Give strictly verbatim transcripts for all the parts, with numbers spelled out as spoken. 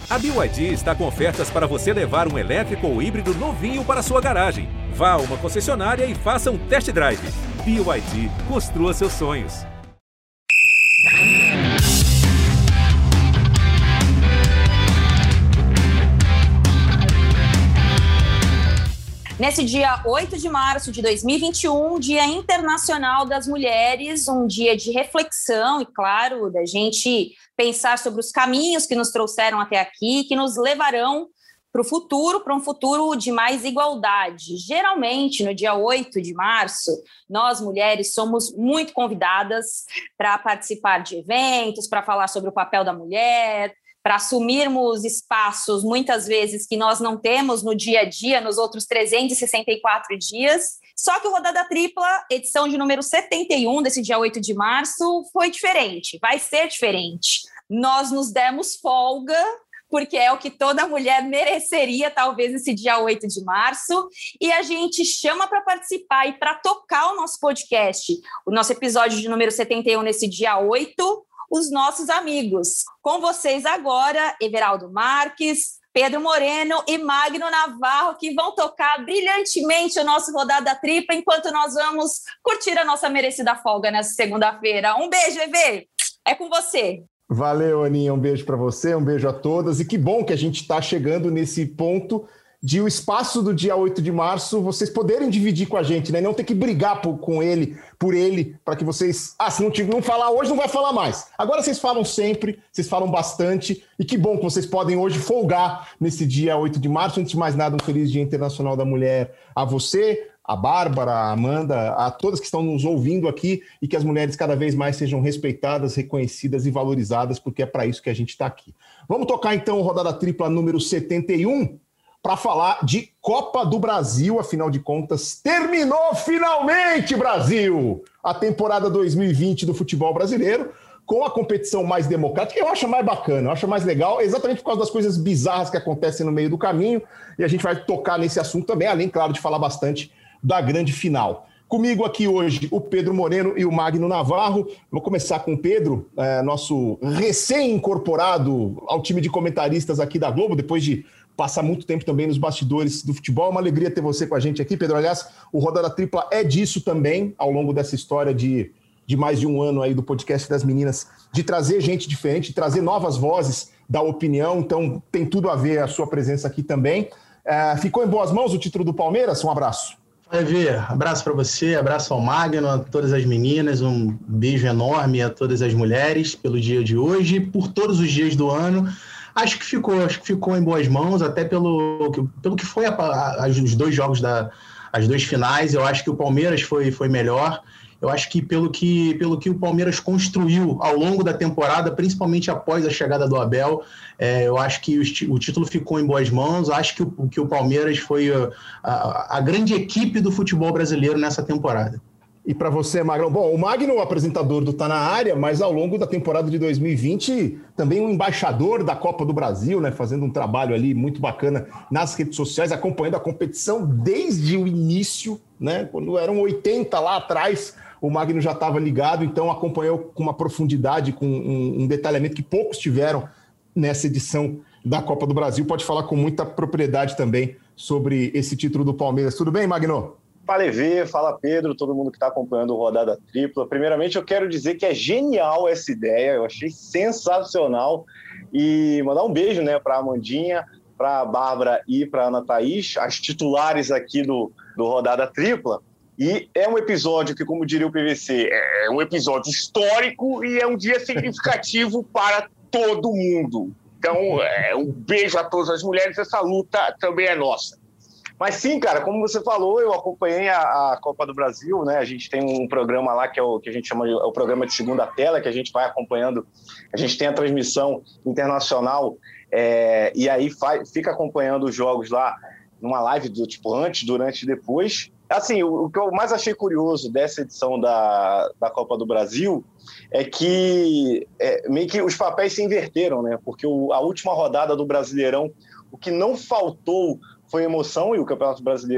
A B Y D está com ofertas para você levar um elétrico ou híbrido novinho para sua garagem. Vá a uma concessionária e faça um test drive. B Y D, construa seus sonhos. Nesse dia oito de março de dois mil e vinte e um, Dia Internacional das Mulheres, um dia de reflexão e, claro, da gente pensar sobre os caminhos que nos trouxeram até aqui, que nos levarão para o futuro, para um futuro de mais igualdade. Geralmente, no dia oito de março, nós, mulheres, somos muito convidadas para participar de eventos, para falar sobre o papel da mulher, para assumirmos espaços, muitas vezes, que nós não temos no dia a dia, nos outros trezentos e sessenta e quatro dias. Só que o Rodada Tripla, edição de número setenta e um, desse dia oito de março, foi diferente, vai ser diferente. Nós nos demos folga, porque é o que toda mulher mereceria, talvez, esse dia oito de março, e a gente chama para participar e para tocar o nosso podcast, o nosso episódio de número setenta e um, nesse dia oito, os nossos amigos. Com vocês agora, Everaldo Marques, Pedro Moreno e Magno Navarro, que vão tocar brilhantemente o nosso Rodada Tripla, enquanto nós vamos curtir a nossa merecida folga nessa segunda-feira. Um beijo, Evê! É com você! Valeu, Aninha, um beijo para você, um beijo a todas, e que bom que a gente está chegando nesse ponto de o espaço do dia oito de março vocês poderem dividir com a gente, né? Não ter que brigar por, com ele, por ele, para que vocês... Ah, se não, não falar hoje, não vai falar mais. Agora vocês falam sempre, vocês falam bastante, e que bom que vocês podem hoje folgar nesse dia oito de março. Antes de mais nada, um feliz Dia Internacional da Mulher a você, a Bárbara, a Amanda, a todas que estão nos ouvindo aqui, e que as mulheres cada vez mais sejam respeitadas, reconhecidas e valorizadas, porque é para isso que a gente está aqui. Vamos tocar então o Rodada Tripla número setenta e um, para falar de Copa do Brasil. Afinal de contas, terminou finalmente, Brasil, a temporada dois mil e vinte do futebol brasileiro, com a competição mais democrática. Eu acho mais bacana, eu acho mais legal, exatamente por causa das coisas bizarras que acontecem no meio do caminho, e a gente vai tocar nesse assunto também, além, claro, de falar bastante da grande final. Comigo aqui hoje o Pedro Moreno e o Magno Navarro. Vou começar com o Pedro, é, nosso recém-incorporado ao time de comentaristas aqui da Globo, depois de passar muito tempo também nos bastidores do futebol. É uma alegria ter você com a gente aqui, Pedro. Aliás, o Rodada Tripla é disso também, ao longo dessa história de, de mais de um ano aí do podcast das meninas, de trazer gente diferente, de trazer novas vozes da opinião. Então, tem tudo a ver a sua presença aqui também. É, ficou em boas mãos o título do Palmeiras? Um abraço. Vai ver, abraço para você, abraço ao Magno, a todas as meninas, um beijo enorme a todas as mulheres pelo dia de hoje, por todos os dias do ano. Acho que ficou, acho que ficou em boas mãos, até pelo, pelo que foi a, a, os dois jogos, da, as duas finais. Eu acho que o Palmeiras foi, foi melhor. Eu acho que pelo, que pelo que o Palmeiras construiu ao longo da temporada, principalmente após a chegada do Abel, é, eu acho que o, o título ficou em boas mãos. Eu acho que o, que o Palmeiras foi a, a, a grande equipe do futebol brasileiro nessa temporada. E para você, Magrão, bom, o Magno, o apresentador do Tá Na Área, mas ao longo da temporada de dois mil e vinte, também um embaixador da Copa do Brasil, né, fazendo um trabalho ali muito bacana nas redes sociais, acompanhando a competição desde o início, né, quando eram oitenta lá atrás, o Magno já estava ligado, então acompanhou com uma profundidade, com um, um detalhamento que poucos tiveram nessa edição da Copa do Brasil. Pode falar com muita propriedade também sobre esse título do Palmeiras. Tudo bem, Magno? Fala, Evê, fala, Pedro, todo mundo que está acompanhando o Rodada Tripla. Primeiramente, eu quero dizer que é genial essa ideia, eu achei sensacional. E mandar um beijo, né, para a Amandinha, para a Bárbara e para a Ana Thaís, as titulares aqui do, do Rodada Tripla. E é um episódio que, como diria o P V C, é um episódio histórico e é um dia significativo para todo mundo. Então, é, um beijo a todas as mulheres, essa luta também é nossa. Mas sim, cara, como você falou, eu acompanhei a, a Copa do Brasil, né? A gente tem um programa lá que é o que a gente chama de é o programa de segunda tela, que a gente vai acompanhando. A gente tem a transmissão internacional é, e aí faz, fica acompanhando os jogos lá numa live do tipo antes, durante e depois. Assim, o, o que eu mais achei curioso dessa edição da, da Copa do Brasil é que é, meio que os papéis se inverteram, né? Porque o, a última rodada do Brasileirão, o que não faltou foi emoção, e o Campeonato Brasileiro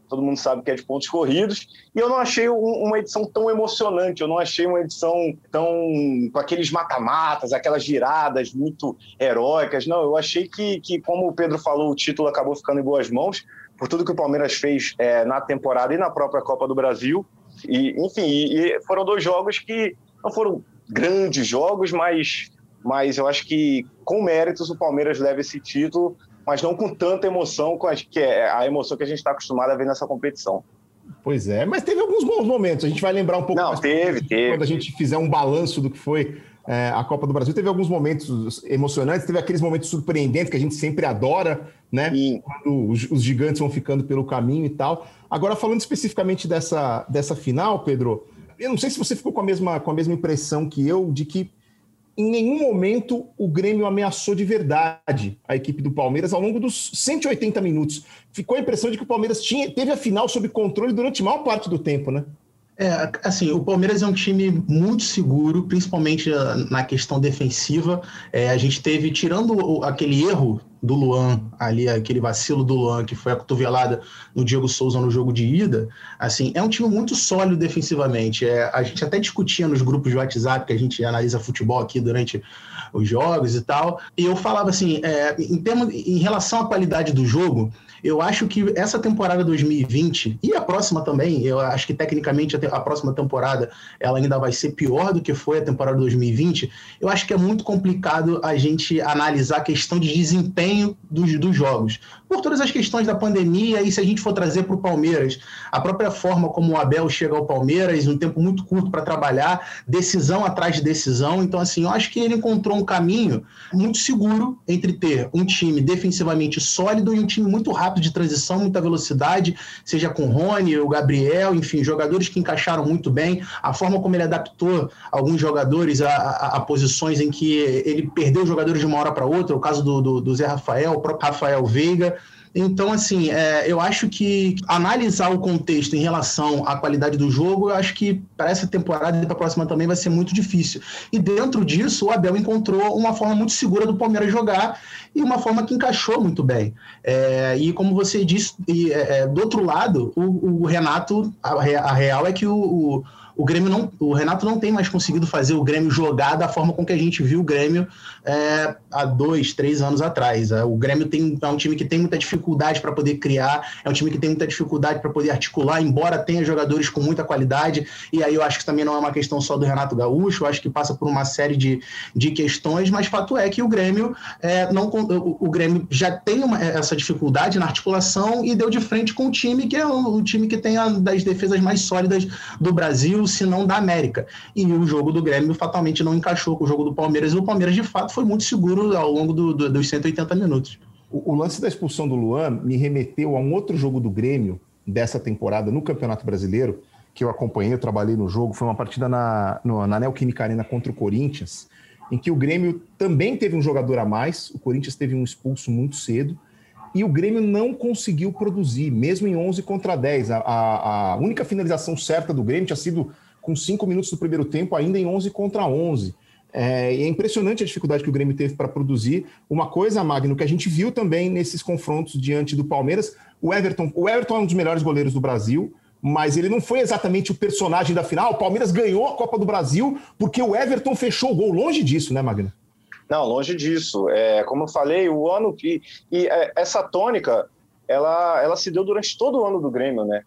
todo mundo sabe que é de pontos corridos, e eu não achei um, uma edição tão emocionante, eu não achei uma edição tão com aqueles mata-matas, aquelas viradas muito heróicas, não, eu achei que, que, como o Pedro falou, o título acabou ficando em boas mãos, por tudo que o Palmeiras fez é, na temporada e na própria Copa do Brasil, e, enfim, e, e foram dois jogos que não foram grandes jogos, mas, mas eu acho que com méritos o Palmeiras leva esse título, mas não com tanta emoção, com a, que é a emoção que a gente está acostumado a ver nessa competição. Pois é, mas teve alguns bons momentos, a gente vai lembrar um pouco não, mais teve, teve. quando a gente fizer um balanço do que foi é, a Copa do Brasil, teve alguns momentos emocionantes, teve aqueles momentos surpreendentes que a gente sempre adora, né? Sim. Quando os, os gigantes vão ficando pelo caminho e tal. Agora, falando especificamente dessa, dessa final, Pedro, eu não sei se você ficou com a mesma, com a mesma impressão que eu, de que em nenhum momento o Grêmio ameaçou de verdade a equipe do Palmeiras ao longo dos cento e oitenta minutos. Ficou a impressão de que o Palmeiras tinha, teve a final sob controle durante a maior parte do tempo, né? É, assim, o Palmeiras é um time muito seguro, principalmente na questão defensiva. É, a gente teve, tirando aquele erro do Luan, ali, aquele vacilo do Luan, que foi a cotovelada no Diego Souza no jogo de ida, assim, é um time muito sólido defensivamente. É, a gente até discutia nos grupos de WhatsApp, que a gente analisa futebol aqui durante os jogos e tal, e eu falava assim, é, em, termos, em relação à qualidade do jogo, eu acho que essa temporada dois mil e vinte, e a próxima também, eu acho que tecnicamente a, a próxima temporada ela ainda vai ser pior do que foi a temporada dois mil e vinte, eu acho que é muito complicado a gente analisar a questão de desempenho dos, dos jogos, por todas as questões da pandemia, e se a gente for trazer para o Palmeiras, a própria forma como o Abel chega ao Palmeiras, um tempo muito curto para trabalhar, decisão atrás de decisão, então assim, eu acho que ele encontrou um caminho muito seguro entre ter um time defensivamente sólido e um time muito rápido de transição, muita velocidade, seja com o Rony, o Gabriel, enfim, jogadores que encaixaram muito bem, a forma como ele adaptou alguns jogadores a, a, a posições em que ele perdeu jogadores de uma hora para outra, o caso do, do, do Zé Rafael, o próprio Rafael Veiga. Então, assim, é, eu acho que analisar o contexto em relação à qualidade do jogo, eu acho que para essa temporada e para a próxima também vai ser muito difícil. E dentro disso, o Abel encontrou uma forma muito segura do Palmeiras jogar e uma forma que encaixou muito bem. É, e como você disse, e, é, do outro lado, o, o Renato, a, a real é que o, o O, Grêmio não, o Renato não tem mais conseguido fazer o Grêmio jogar da forma com que a gente viu o Grêmio é, há dois, três anos atrás. O Grêmio tem, é um time que tem muita dificuldade para poder criar, é um time que tem muita dificuldade para poder articular, embora tenha jogadores com muita qualidade, e aí eu acho que também não é uma questão só do Renato Gaúcho, eu acho que passa por uma série de, de questões, mas fato é que o Grêmio, é, não, o, o Grêmio já tem uma, essa dificuldade na articulação e deu de frente com o time que é o, o time que tem a das defesas mais sólidas do Brasil, se não da América. E o jogo do Grêmio fatalmente não encaixou com o jogo do Palmeiras, e o Palmeiras de fato foi muito seguro ao longo do, do, dos cento e oitenta minutos. O, o lance da expulsão do Luan me remeteu a um outro jogo do Grêmio dessa temporada no Campeonato Brasileiro, que eu acompanhei, eu trabalhei no jogo, foi uma partida na, no, na Neoquímica Arena contra o Corinthians, em que o Grêmio também teve um jogador a mais, o Corinthians teve um expulso muito cedo, e o Grêmio não conseguiu produzir, mesmo em onze contra dez. A, a, a única finalização certa do Grêmio tinha sido com cinco minutos do primeiro tempo, ainda em onze contra onze. É, e é impressionante a dificuldade que o Grêmio teve para produzir. Uma coisa, Magno, que a gente viu também nesses confrontos diante do Palmeiras, o Everton, o Everton é um dos melhores goleiros do Brasil, mas ele não foi exatamente o personagem da final. O Palmeiras ganhou a Copa do Brasil porque o Everton fechou o gol. Longe disso, né, Magno? Não, longe disso. É, como eu falei, o ano que... E é, essa tônica, ela, ela se deu durante todo o ano do Grêmio, né?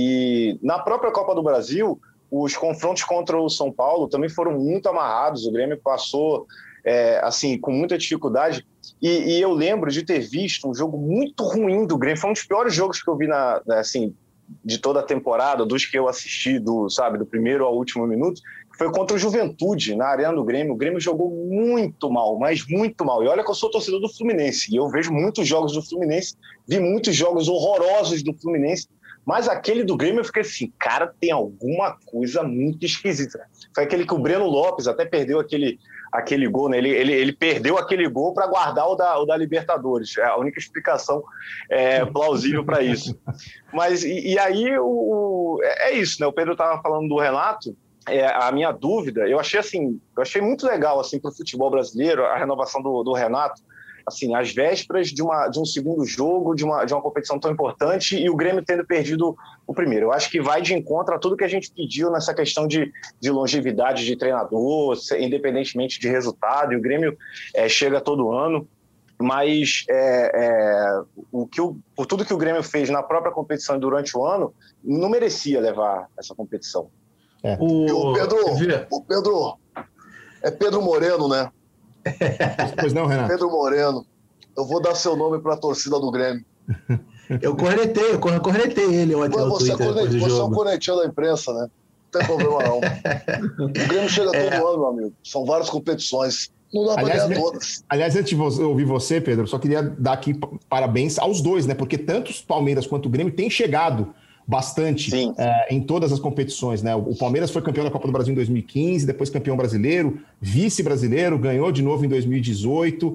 E na própria Copa do Brasil, os confrontos contra o São Paulo também foram muito amarrados. O Grêmio passou, é, assim, com muita dificuldade. E, e eu lembro de ter visto um jogo muito ruim do Grêmio. Foi um dos piores jogos que eu vi, na, assim, de toda a temporada, dos que eu assisti, do, sabe, do primeiro ao último minuto. Foi contra o Juventude, na Arena do Grêmio. O Grêmio jogou muito mal, mas muito mal. E olha que eu sou torcedor do Fluminense, e eu vejo muitos jogos do Fluminense, vi muitos jogos horrorosos do Fluminense, mas aquele do Grêmio eu fiquei assim, cara, tem alguma coisa muito esquisita. Foi aquele que o Breno Lopes até perdeu aquele, aquele gol, né? Ele, ele, ele perdeu aquele gol para guardar o da, o da Libertadores. É a única explicação é, plausível para isso. Mas, e, e aí, o, o, é isso, né? O Pedro estava falando do Renato. É, a minha dúvida, eu achei assim, eu achei muito legal assim, para o futebol brasileiro, a renovação do, do Renato. assim, às vésperas de, uma, de um segundo jogo, de uma, de uma competição tão importante, e o Grêmio tendo perdido o primeiro. Eu acho que vai de encontro a tudo que a gente pediu nessa questão de, de longevidade de treinador, independentemente de resultado, e o Grêmio é, chega todo ano. Mas é, é, o que o, por tudo que o Grêmio fez na própria competição durante o ano, não merecia levar essa competição. É. O... o Pedro, o Pedro, é Pedro Moreno, né? Pois não, Renato? Pedro Moreno. Eu vou dar seu nome para a torcida do Grêmio. Eu cornetei, eu cornetei ele ontem no você Twitter. É cornet, você é um cornetinho da imprensa, né? Não tem problema não. O Grêmio chega é. todo ano, meu amigo. São várias competições. Não dá para ganhar todas. Aliás, antes de ouvir você, Pedro, só queria dar aqui parabéns aos dois, né? Porque tanto os Palmeiras quanto o Grêmio têm chegado bastante é, em todas as competições, né? O Palmeiras foi campeão da Copa do Brasil em dois mil e quinze, depois campeão brasileiro, vice-brasileiro, ganhou de novo em dois mil e dezoito,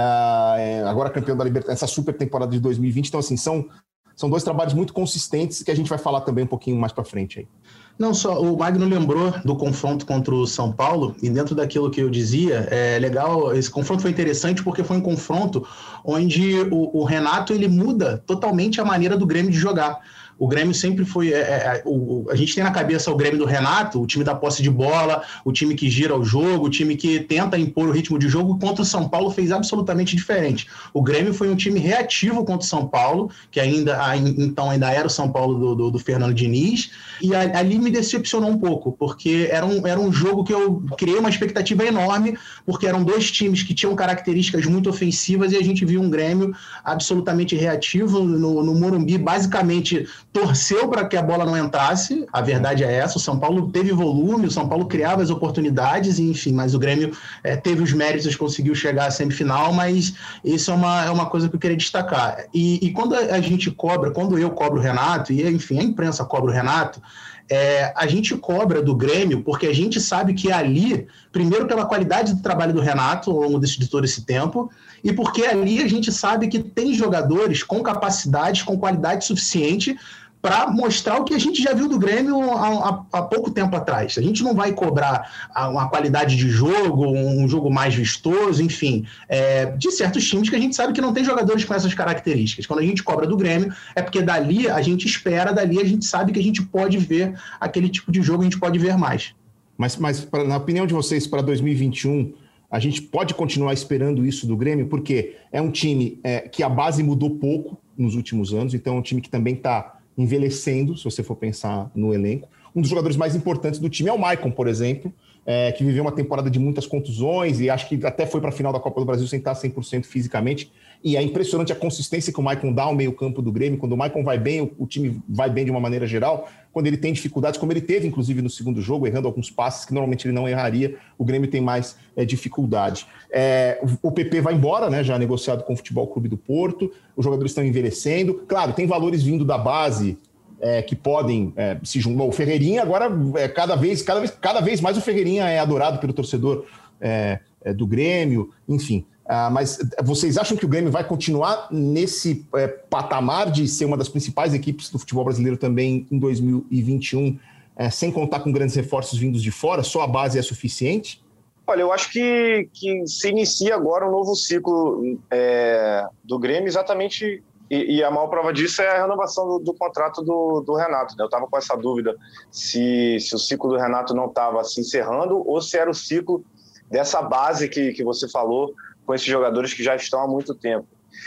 uh, agora campeão da Libertadores, essa super temporada de dois mil e vinte. Então, assim, são, são dois trabalhos muito consistentes que a gente vai falar também um pouquinho mais para frente aí. Não, só o Magno lembrou do confronto contra o São Paulo, e dentro daquilo que eu dizia, é legal, esse confronto foi interessante porque foi um confronto onde o, o Renato ele muda totalmente a maneira do Grêmio de jogar. O Grêmio sempre foi... É, é, o, a gente tem na cabeça o Grêmio do Renato, o time da posse de bola, o time que gira o jogo, o time que tenta impor o ritmo de jogo. Contra o São Paulo fez absolutamente diferente. O Grêmio foi um time reativo contra o São Paulo, que ainda então ainda era o São Paulo do, do, do Fernando Diniz, e ali me decepcionou um pouco, porque era um, era um jogo que eu criei uma expectativa enorme, porque eram dois times que tinham características muito ofensivas e a gente viu um Grêmio absolutamente reativo no, no Morumbi, basicamente torceu para que a bola não entrasse, a verdade é essa, o São Paulo teve volume, o São Paulo criava as oportunidades, enfim, mas o Grêmio é, teve os méritos, conseguiu chegar à semifinal, mas isso é uma, é uma coisa que eu queria destacar. E, e quando a gente cobra, quando eu cobro o Renato, e enfim, a imprensa cobra o Renato, É, a gente cobra do Grêmio porque a gente sabe que ali, primeiro pela qualidade do trabalho do Renato ao longo desse, de todo esse tempo, e porque ali a gente sabe que tem jogadores com capacidade, com qualidade suficiente para mostrar o que a gente já viu do Grêmio há, há, há pouco tempo atrás. A gente não vai cobrar uma qualidade de jogo, um jogo mais vistoso, enfim, é, de certos times que a gente sabe que não tem jogadores com essas características. Quando a gente cobra do Grêmio, é porque dali a gente espera, dali a gente sabe que a gente pode ver aquele tipo de jogo, a gente pode ver mais. Mas, mas pra, na opinião de vocês, para dois mil e vinte e um, a gente pode continuar esperando isso do Grêmio? Porque é um time é, que a base mudou pouco nos últimos anos, então é um time que também está envelhecendo, se você for pensar no elenco. Um dos jogadores mais importantes do time é o Maicon, por exemplo, é, que viveu uma temporada de muitas contusões e acho que até foi para a final da Copa do Brasil sem estar cem por cento fisicamente. E é impressionante a consistência que o Maicon dá ao meio campo do Grêmio. Quando o Maicon vai bem, o, o time vai bem de uma maneira geral. Quando ele tem dificuldades, como ele teve, inclusive, no segundo jogo, errando alguns passes que normalmente ele não erraria, o Grêmio tem mais é, dificuldade. É, o, o P P vai embora, né, já negociado com o Futebol Clube do Porto, os jogadores estão envelhecendo. Claro, tem valores vindo da base é, que podem é, se juntar. O Ferreirinha agora, é, cada, vez, cada, vez, cada vez mais o Ferreirinha é adorado pelo torcedor é, é, do Grêmio, enfim. Ah, mas vocês acham que o Grêmio vai continuar nesse é, patamar de ser uma das principais equipes do futebol brasileiro também em dois mil e vinte e um, é, sem contar com grandes reforços vindos de fora? Só a base é suficiente? Olha, eu acho que, que se inicia agora um novo ciclo é, do Grêmio, exatamente, e, e a maior prova disso é a renovação do, do contrato do, do Renato, né? Eu estava com essa dúvida se, se o ciclo do Renato não estava se encerrando ou se era o ciclo dessa base que, que você falou, com esses jogadores que já estão há muito tempo.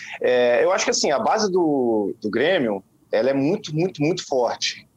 É, eu acho que assim, a base do, do Grêmio ela é muito, muito, muito forte.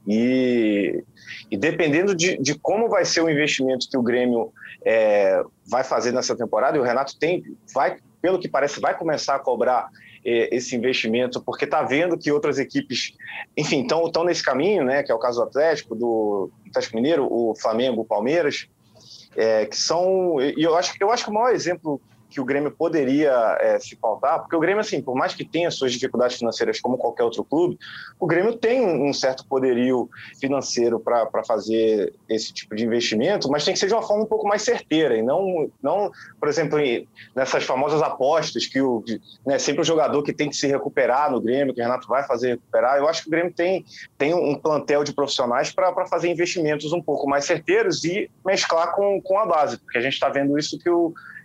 E, e dependendo de, de como vai ser o investimento que o Grêmio é, vai fazer nessa temporada, e o Renato tem, vai, pelo que parece, vai começar a cobrar é, esse investimento, porque está vendo que outras equipes, enfim, estão nesse caminho, né, que é o caso do Atlético, do Atlético Mineiro, o Flamengo, o Palmeiras, é, que são... E eu acho, eu acho que o maior exemplo que o Grêmio poderia é, se pautar, porque o Grêmio, assim, por mais que tenha suas dificuldades financeiras como qualquer outro clube, o Grêmio tem um certo poderio financeiro para fazer esse tipo de investimento, mas tem que ser de uma forma um pouco mais certeira, e não, não por exemplo, nessas famosas apostas que o, né, sempre o jogador que tem que se recuperar no Grêmio, que o Renato vai fazer recuperar. Eu acho que o Grêmio tem, tem um plantel de profissionais para fazer investimentos um pouco mais certeiros e mesclar com, com a base, porque a gente está vendo isso que o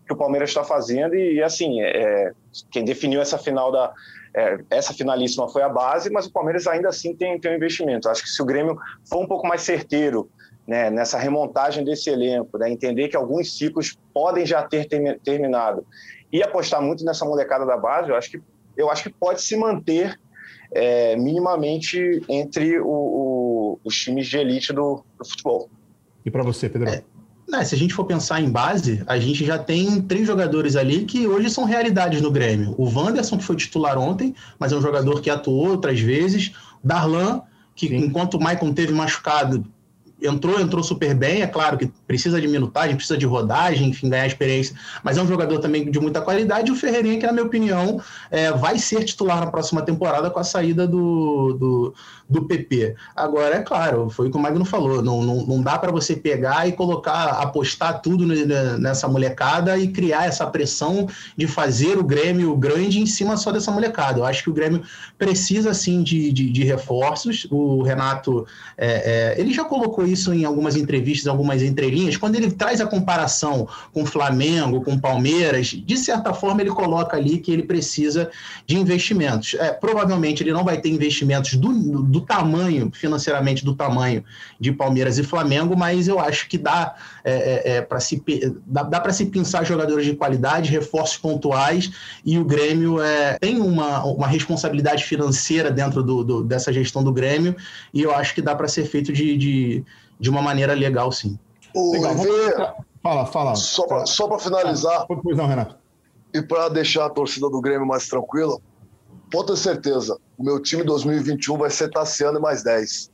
que o Palmeiras está fazendo e, assim, é, quem definiu essa final da... É, essa finalíssima foi a base, mas o Palmeiras ainda assim tem, tem um investimento. Acho que se o Grêmio for um pouco mais certeiro, né, nessa remontagem desse elenco, né, entender que alguns ciclos podem já ter termi- terminado e apostar muito nessa molecada da base, eu acho que, eu acho que pode se manter é, minimamente entre o, o, os times de elite do, do futebol. E para você, Pedro? É. Não, se a gente for pensar em base, a gente já tem três jogadores ali que hoje são realidades no Grêmio. O Wanderson, que foi titular ontem, mas é um jogador que atuou outras vezes. Darlan, que Sim. enquanto o Maicon teve machucado, entrou, entrou super bem. É claro que precisa de minutagem, precisa de rodagem, enfim, ganhar experiência, mas é um jogador também de muita qualidade. E o Ferreirinha, que na minha opinião, é, vai ser titular na próxima temporada com a saída do, do, do P P. Agora, é claro, foi o que o Magno falou, não, não, não dá para você pegar e colocar, apostar tudo nessa molecada e criar essa pressão de fazer o Grêmio grande em cima só dessa molecada. Eu acho que o Grêmio precisa, sim, de, de, de reforços. O Renato, é, é, ele já colocou isso em algumas entrevistas, algumas entrelinhas, quando ele traz a comparação com o Flamengo, com o Palmeiras, de certa forma ele coloca ali que ele precisa de investimentos. É, provavelmente ele não vai ter investimentos do, do tamanho, financeiramente do tamanho de Palmeiras e Flamengo, mas eu acho que dá, é, é, para se, dá, dá para se pensar jogadores de qualidade, reforços pontuais, e o Grêmio é, tem uma, uma responsabilidade financeira dentro do, do, dessa gestão do Grêmio, e eu acho que dá para ser feito de, de de uma maneira legal, sim. O legal, Vê, fala, fala. Só para só para finalizar, ah, pois não, Renato. E para deixar a torcida do Grêmio mais tranquila, pode ter certeza, o meu time dois mil e vinte e um vai ser Tassiano e mais dez.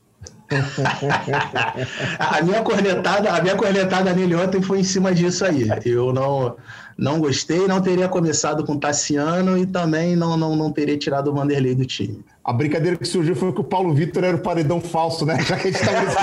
a minha cornetada, a minha cornetada nele ontem foi em cima disso aí. Eu não, não gostei, não teria começado com o Tassiano e também não, não, não teria tirado o Vanderlei do time. A brincadeira que surgiu foi que o Paulo Vitor era o paredão falso, né? Já que a gente estava nesse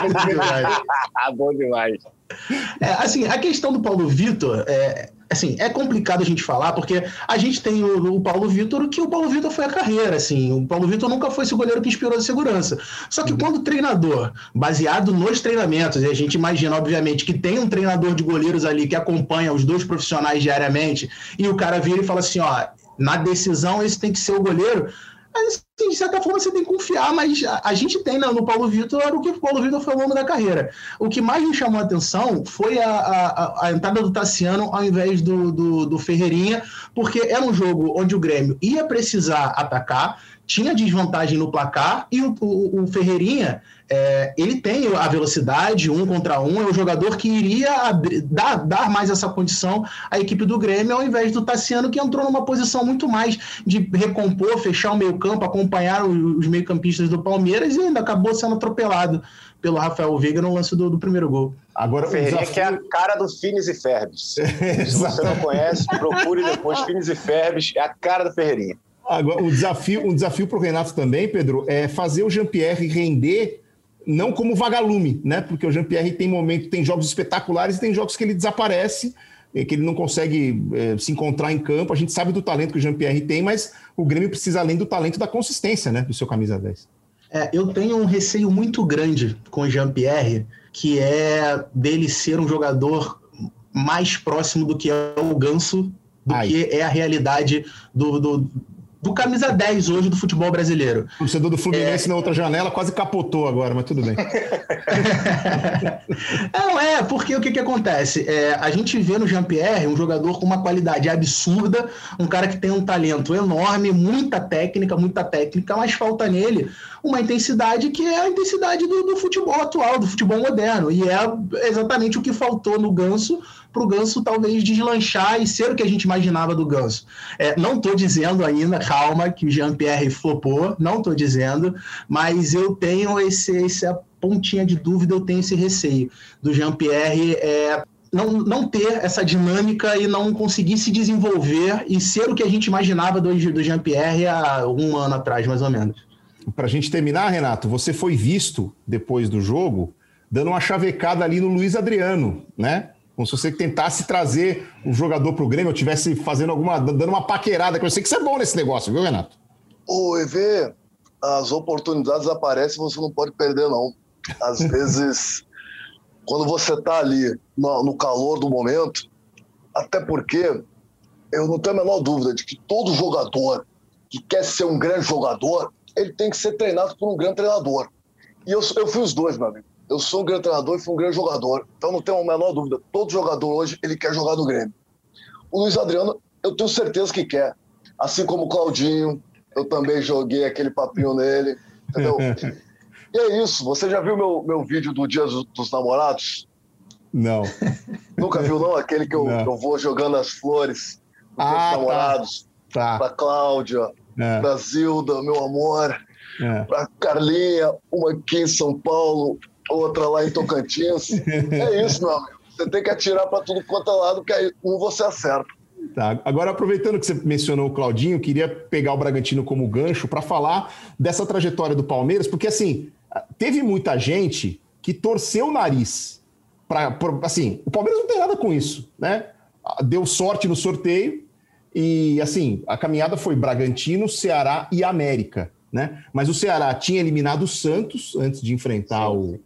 final bom demais. É, assim, a questão do Paulo Vitor, é, assim, é complicado a gente falar, porque a gente tem o, o Paulo Vitor, que o Paulo Vitor foi a carreira, assim, o Paulo Vitor nunca foi esse goleiro que inspirou a segurança. Só que quando o treinador, baseado nos treinamentos, e a gente imagina, obviamente, que tem um treinador de goleiros ali que acompanha os dois profissionais diariamente, e o cara vira e fala assim, ó, na decisão esse tem que ser o goleiro. Mas, assim, de certa forma, você tem que confiar, mas a, a gente tem no, no Paulo Vitor o que o Paulo Vitor foi ao longo da carreira. O que mais me chamou a atenção foi a, a, a entrada do Tassiano ao invés do, do, do Ferreirinha, porque era um jogo onde o Grêmio ia precisar atacar, tinha desvantagem no placar, e o, o, o Ferreirinha, é, ele tem a velocidade, um contra um, é o jogador que iria abrir, dar, dar mais essa condição à equipe do Grêmio, ao invés do Tassiano, que entrou numa posição muito mais de recompor, fechar o meio campo, acompanhar os, os meio-campistas do Palmeiras, e ainda acabou sendo atropelado pelo Rafael Veiga no lance do, do primeiro gol. Agora, o Ferreirinha desafio... que é a cara do Finis e Ferbes. Se você não conhece, procure depois Finis e Ferbes, é a cara do Ferreirinha. Agora, o desafio, um desafio para o Renato também, Pedro, é fazer o Jean-Pierre render não como vagalume, né? Porque o Jean-Pierre tem momento, tem jogos espetaculares e tem jogos que ele desaparece, que ele não consegue é, se encontrar em campo. A gente sabe do talento que o Jean-Pierre tem, mas o Grêmio precisa, além do talento, da consistência, né? Do seu camisa dez. É, eu tenho um receio muito grande com o Jean-Pierre, que é dele ser um jogador mais próximo do que é o Ganso, do Ai. que é a realidade do... do do camisa dez hoje do futebol brasileiro. O torcedor do Fluminense é... na outra janela quase capotou agora, mas tudo bem. Não, é, porque o que, que acontece? É, a gente vê no Jean-Pierre um jogador com uma qualidade absurda, um cara que tem um talento enorme, muita técnica, muita técnica, mas falta nele uma intensidade que é a intensidade do, do futebol atual, do futebol moderno, e é exatamente o que faltou no Ganso, para o Ganso talvez deslanchar e ser o que a gente imaginava do Ganso. É, não estou dizendo ainda, calma, que o Jean-Pierre flopou, não estou dizendo, mas eu tenho esse, essa pontinha de dúvida, eu tenho esse receio do Jean-Pierre é, não, não ter essa dinâmica e não conseguir se desenvolver e ser o que a gente imaginava do, do Jean-Pierre há um ano atrás, mais ou menos. Para a gente terminar, Renato, você foi visto depois do jogo dando uma chavecada ali no Luiz Adriano, né? Como se você tentasse trazer um jogador para o Grêmio, ou estivesse fazendo alguma, dando uma paquerada, que eu sei que você é bom nesse negócio, viu, Renato? Ô, E V, as oportunidades aparecem, você não pode perder, não. Às vezes, quando você está ali no, no calor do momento, Até porque eu não tenho a menor dúvida de que todo jogador que quer ser um grande jogador, ele tem que ser treinado por um grande treinador. E eu, eu fui os dois, meu amigo. Eu sou um grande treinador e fui um grande jogador. Então não tenho a menor dúvida. Todo jogador hoje, ele quer jogar no Grêmio. O Luiz Adriano, eu tenho certeza que quer. Assim como o Claudinho, eu também joguei aquele papinho nele, entendeu? E é isso. Você já viu meu, meu vídeo do Dia dos, dos Namorados? Não. Nunca viu, não? Aquele que eu, eu vou jogando as flores dos ah, namorados. Tá. Pra Cláudia, é. pra Zilda, meu amor, é. pra Carlinha, uma aqui em São Paulo, outra lá em Tocantins. É isso, meu amigo. Você tem que atirar pra tudo quanto é lado, que aí um você acerta. Tá. Agora, aproveitando que você mencionou o Claudinho, queria pegar o Bragantino como gancho para falar dessa trajetória do Palmeiras, porque, assim, teve muita gente que torceu o nariz. Pra, pra, assim, o Palmeiras não tem nada com isso, né? Deu sorte no sorteio e, assim, a caminhada foi Bragantino, Ceará e América, né? Mas o Ceará tinha eliminado o Santos antes de enfrentar o,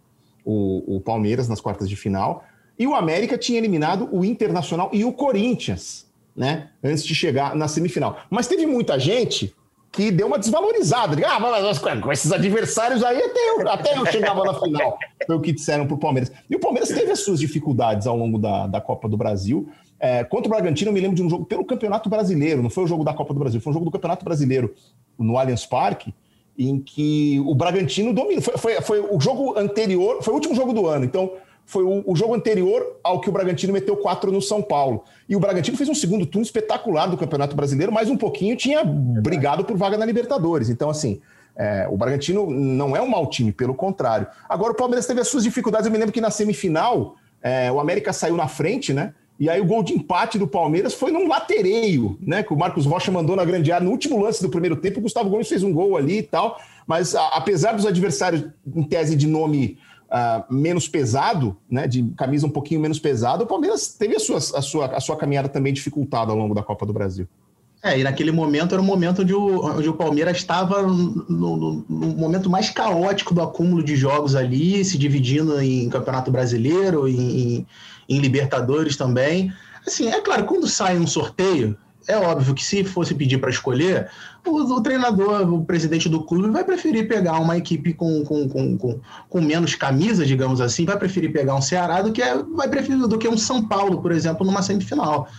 o, o Palmeiras nas quartas de final e o América tinha eliminado o Internacional e o Corinthians, né, antes de chegar na semifinal. Mas teve muita gente que deu uma desvalorizada. De, ah, mas com esses adversários aí até eu, até eu chegava na final. Foi o que disseram para o Palmeiras. E o Palmeiras teve as suas dificuldades ao longo da, da Copa do Brasil. É, contra o Bragantino, eu me lembro de um jogo pelo Campeonato Brasileiro, não foi o jogo da Copa do Brasil, foi um jogo do Campeonato Brasileiro no Allianz Parque, em que o Bragantino dominou. Foi, foi, foi o jogo anterior, foi o último jogo do ano, então foi o, o jogo anterior ao que o Bragantino meteu quatro no São Paulo. E o Bragantino fez um segundo turno espetacular do Campeonato Brasileiro, mais um pouquinho tinha brigado por vaga na Libertadores. Então, assim, é, o Bragantino não é um mau time, pelo contrário. Agora, o Palmeiras teve as suas dificuldades. Eu me lembro que na semifinal, é, o América saiu na frente, né? E aí o gol de empate do Palmeiras foi num latereio, né? Que o Marcos Rocha mandou na grande área. No último lance do primeiro tempo, o Gustavo Gomes fez um gol ali e tal. Mas, a, apesar dos adversários, em tese de nome... Uh, menos pesado, né, de camisa um pouquinho menos pesada, o Palmeiras teve a sua, a, sua, a sua caminhada também dificultada ao longo da Copa do Brasil. É, e naquele momento era o momento onde o, onde o Palmeiras estava no, no, no momento mais caótico do acúmulo de jogos ali, se dividindo em Campeonato Brasileiro, em, em Libertadores também. Assim, é claro, quando sai um sorteio, é óbvio que se fosse pedir para escolher, o, o treinador, o presidente do clube vai preferir pegar uma equipe com, com, com, com, com menos camisa, digamos assim, vai preferir pegar um Ceará do que, vai preferir, do que um São Paulo, por exemplo, numa semifinal.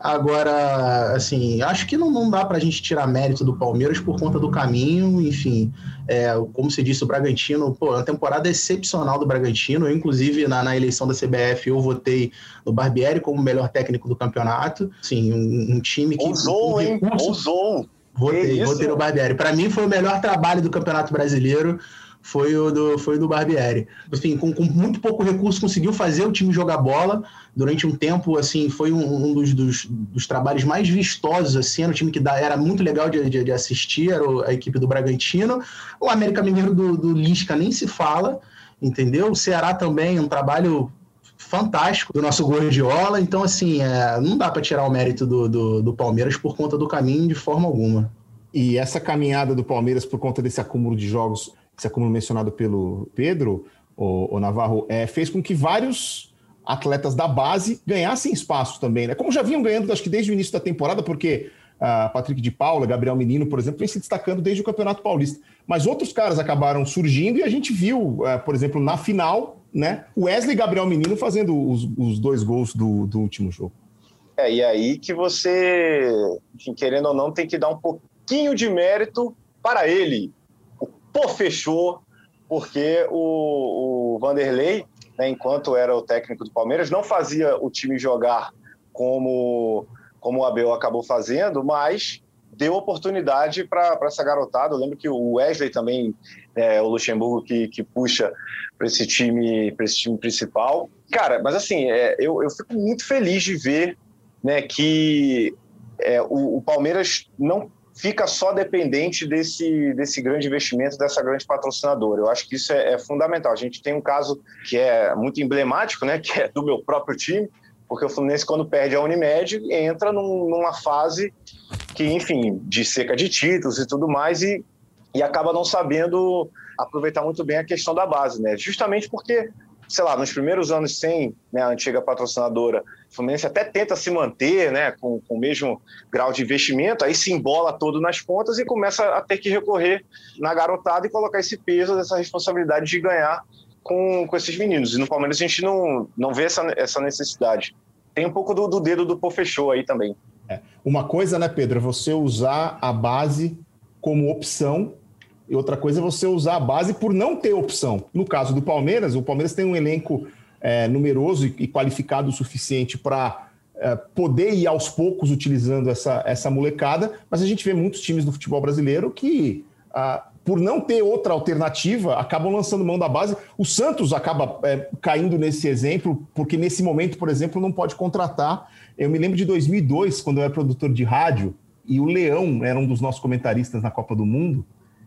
Agora, assim, acho que não, não dá para a gente tirar mérito do Palmeiras por conta do caminho, enfim, é, como você disse, o Bragantino, pô, é uma temporada excepcional do Bragantino, eu, inclusive, na, na eleição da C B F, eu votei no Barbieri como o melhor técnico do campeonato, sim, um, um time que... Ousou, um hein? recurso, Ousou! Votei, votei no Barbieri. Para mim, foi o melhor trabalho do Campeonato Brasileiro, foi o do, foi o do Barbieri. Enfim, com, com muito pouco recurso, conseguiu fazer o time jogar bola durante um tempo, assim, foi um, um dos, dos, dos trabalhos mais vistosos, assim, era um time que dá, era muito legal de, de, de assistir, era a equipe do Bragantino. O América Mineiro do, do Lisca nem se fala, entendeu? O Ceará também, um trabalho fantástico do nosso Guardiola, então, assim, é, não dá para tirar o mérito do, do, do Palmeiras por conta do caminho de forma alguma. E essa caminhada do Palmeiras por conta desse acúmulo de jogos, esse acúmulo mencionado pelo Pedro, o, o Navarro, é, fez com que vários atletas da base ganhassem espaço também, né? Como já vinham ganhando, acho que desde o início da temporada, porque uh, Patrick de Paula, Gabriel Menino, por exemplo, vem se destacando desde o Campeonato Paulista. Mas outros caras acabaram surgindo e a gente viu, uh, por exemplo, na final, né, o Wesley e Gabriel Menino fazendo os, os dois gols do, do último jogo. É, e aí que você, enfim, querendo ou não, tem que dar um pouquinho de mérito para ele. O pô fechou, porque o, o Vanderlei, né, enquanto era o técnico do Palmeiras, não fazia o time jogar como, como o Abel acabou fazendo, mas deu oportunidade para essa garotada. Eu lembro que o Wesley também, é, o Luxemburgo que, que puxa para esse time, para esse time principal. Cara, mas assim, é, eu, eu fico muito feliz de ver, né, que é, o, o Palmeiras não fica só dependente desse, desse grande investimento, dessa grande patrocinadora. Eu acho que isso é, é fundamental. A gente tem um caso que é muito emblemático, né, que é do meu próprio time, porque o Fluminense, quando perde a Unimed, entra num, numa fase que, enfim, de seca de títulos e tudo mais, e, e acaba não sabendo aproveitar muito bem a questão da base, né? Justamente porque sei lá, nos primeiros anos sem, né, a antiga patrocinadora, o Fluminense até tenta se manter, né, com, com o mesmo grau de investimento, aí se embola todo nas pontas e começa a ter que recorrer na garotada e colocar esse peso, essa responsabilidade de ganhar com, com esses meninos. E no Palmeiras a gente não, não vê essa, essa necessidade. Tem um pouco do, do dedo do Pô Fechou aí também. É. Uma coisa, né, Pedro, é você usar a base como opção, e outra coisa é você usar a base por não ter opção. No caso do Palmeiras, o Palmeiras tem um elenco é, numeroso e, e qualificado o suficiente para é, poder ir aos poucos utilizando essa, essa molecada, mas a gente vê muitos times do futebol brasileiro que, ah, por não ter outra alternativa, acabam lançando mão da base. O Santos acaba é, caindo nesse exemplo, porque nesse momento, por exemplo, não pode contratar. Eu me lembro de dois mil e dois, quando eu era produtor de rádio, e o Leão era um dos nossos comentaristas na Copa do Mundo.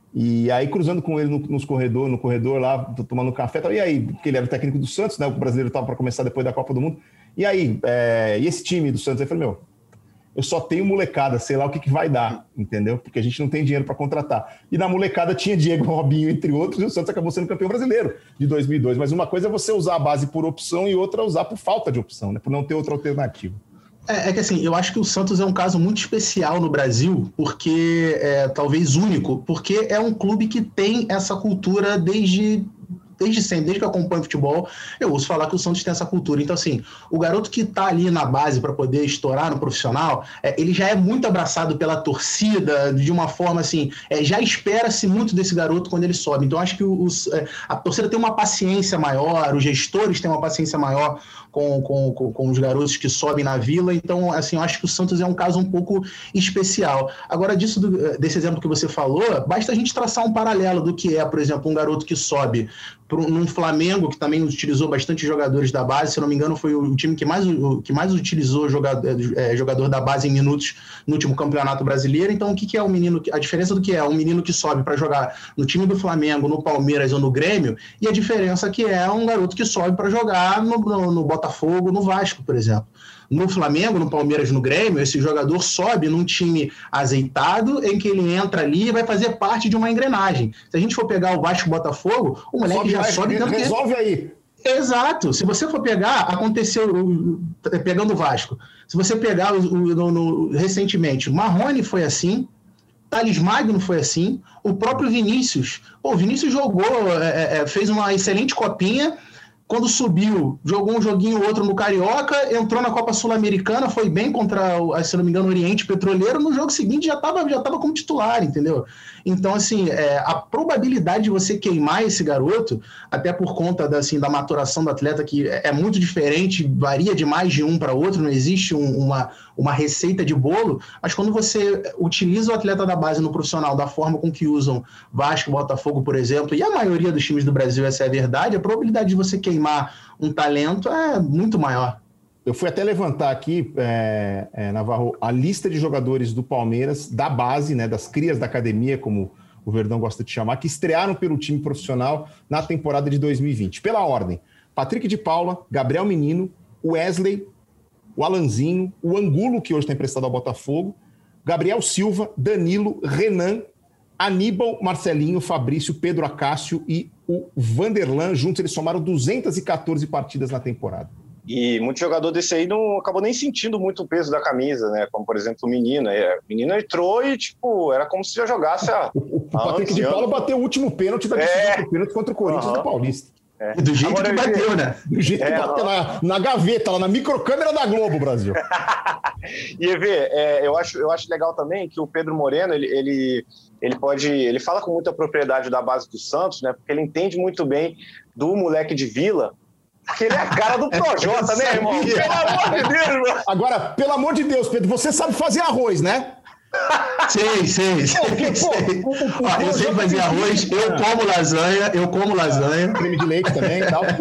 E aí, cruzando com ele no, nos corredor, no corredor lá, tomando café, e aí, porque ele era o técnico do Santos, né? O brasileiro estava para começar depois da Copa do Mundo. E aí, é, e esse time do Santos? Aí eu falei, meu, eu só tenho molecada, sei lá o que, que vai dar, entendeu? Porque a gente não tem dinheiro para contratar. E na molecada tinha Diego Robinho, entre outros, e o Santos acabou sendo campeão brasileiro de dois mil e dois. Mas uma coisa é você usar a base por opção e outra é usar por falta de opção, né? Por não ter outra alternativa. É, é que assim, eu acho que o Santos é um caso muito especial no Brasil, porque é talvez único, porque é um clube que tem essa cultura desde, desde sempre, desde que eu acompanho futebol, eu ouço falar que o Santos tem essa cultura. Então, assim, o garoto que tá ali na base para poder estourar no profissional, é, ele já é muito abraçado pela torcida, de uma forma assim, é, já espera-se muito desse garoto quando ele sobe. Então, acho que os, é, a torcida tem uma paciência maior, os gestores têm uma paciência maior Com, com, com os garotos que sobem na Vila. Então, assim, eu acho que o Santos é um caso um pouco especial. Agora, disso do, desse exemplo que você falou, basta a gente traçar um paralelo do que é, por exemplo, um garoto que sobe pro, num Flamengo, que também utilizou bastante jogadores da base, se eu não me engano, foi o time que mais, o, que mais utilizou jogador, é, jogador da base em minutos no último Campeonato Brasileiro. Então, o que, que é um menino, a diferença do que é um menino que sobe para jogar no time do Flamengo, no Palmeiras ou no Grêmio, e a diferença que é um garoto que sobe para jogar no, no, no Botafogo, no Vasco, por exemplo. No Flamengo, no Palmeiras, no Grêmio, esse jogador sobe num time azeitado, em que ele entra ali e vai fazer parte de uma engrenagem. Se a gente for pegar o Vasco e o Botafogo, o moleque sobe já mais, sobe... Resolve que... aí. Exato. Se você for pegar, aconteceu, pegando o Vasco, se você pegar o, o, no, no, recentemente, o Marrone foi assim, Thales Magno foi assim, o próprio Vinícius. Pô, o Vinícius jogou, é, é, fez uma excelente copinha. Quando subiu, jogou um joguinho ou outro no Carioca, entrou na Copa Sul-Americana, foi bem contra, se não me engano, o Oriente Petroleiro, no jogo seguinte já estava já tava como titular, entendeu? Então, assim, é, a probabilidade de você queimar esse garoto, até por conta da, assim, da maturação do atleta, que é, é muito diferente, varia de mais de um para outro, não existe um, uma, uma receita de bolo, mas quando você utiliza o atleta da base no profissional da forma com que usam Vasco, Botafogo, por exemplo, e a maioria dos times do Brasil, essa é a verdade, a probabilidade de você queimar um talento é muito maior. Eu fui até levantar aqui, é, é, Navarro, a lista de jogadores do Palmeiras, da base, né, das crias da academia, como o Verdão gosta de chamar, que estrearam pelo time profissional na temporada de dois mil e vinte. Pela ordem, Patrick de Paula, Gabriel Menino, Wesley, o Alanzinho, o Angulo, que hoje está emprestado ao Botafogo, Gabriel Silva, Danilo, Renan, Aníbal, Marcelinho, Fabrício, Pedro Acácio e o Vanderlan. Juntos eles somaram duzentas e quatorze partidas na temporada. E muito jogador desse aí não acabou nem sentindo muito o peso da camisa, né? Como, por exemplo, o Menino. O Menino entrou e, tipo, era como se já jogasse a... O, o Patrick de Paula bateu o último pênalti da decisão é. do pênalti contra o Corinthians uhum. do Paulista. É. Do jeito Agora, que bateu, né? Do jeito é, que bateu na, na gaveta, lá na microcâmera da Globo, Brasil. E, Evê, é, eu, acho, eu acho legal também que o Pedro Moreno, ele, ele, ele pode... Ele fala com muita propriedade da base do Santos, né? Porque ele entende muito bem do moleque de Vila, porque ele é a cara do Projota, né, irmão? Pelo amor de Deus, irmão. Agora, pelo amor de Deus, Pedro, você sabe fazer arroz, né? Sei, sei, sei. Porque, sei. Pô, o, o, Ó, eu sei fazer arroz, eu como lasanha, eu como lasanha. Creme de leite também e tal.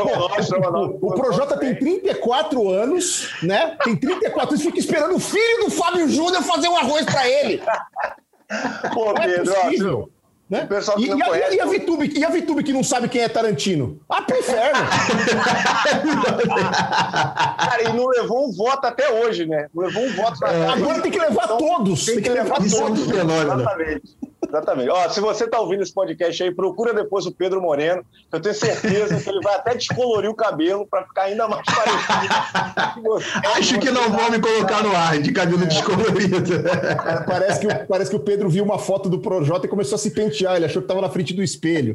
O, o Projota tem trinta e quatro anos, né? Tem trinta e quatro anos, fica esperando o filho do Fábio Júnior fazer um arroz pra ele. Pô, Pedro, ó, né? E, e, a, e, a Vitube, e a Vitube que não sabe quem é Tarantino? Ah, pro inferno! Cara, e não levou um voto até hoje, né? Não levou um voto pra é, agora tem que levar então, todos. Tem, tem que, que levar todos. Exatamente. Exatamente. Ó, se você está ouvindo esse podcast aí, procura depois o Pedro Moreno, que eu tenho certeza que ele vai até descolorir o cabelo para ficar ainda mais parecido. Acho que não vão me colocar no ar de cabelo descolorido. Cara, parece, que o, parece que o Pedro viu uma foto do Projota e começou a se pentear, ele achou que estava na frente do espelho.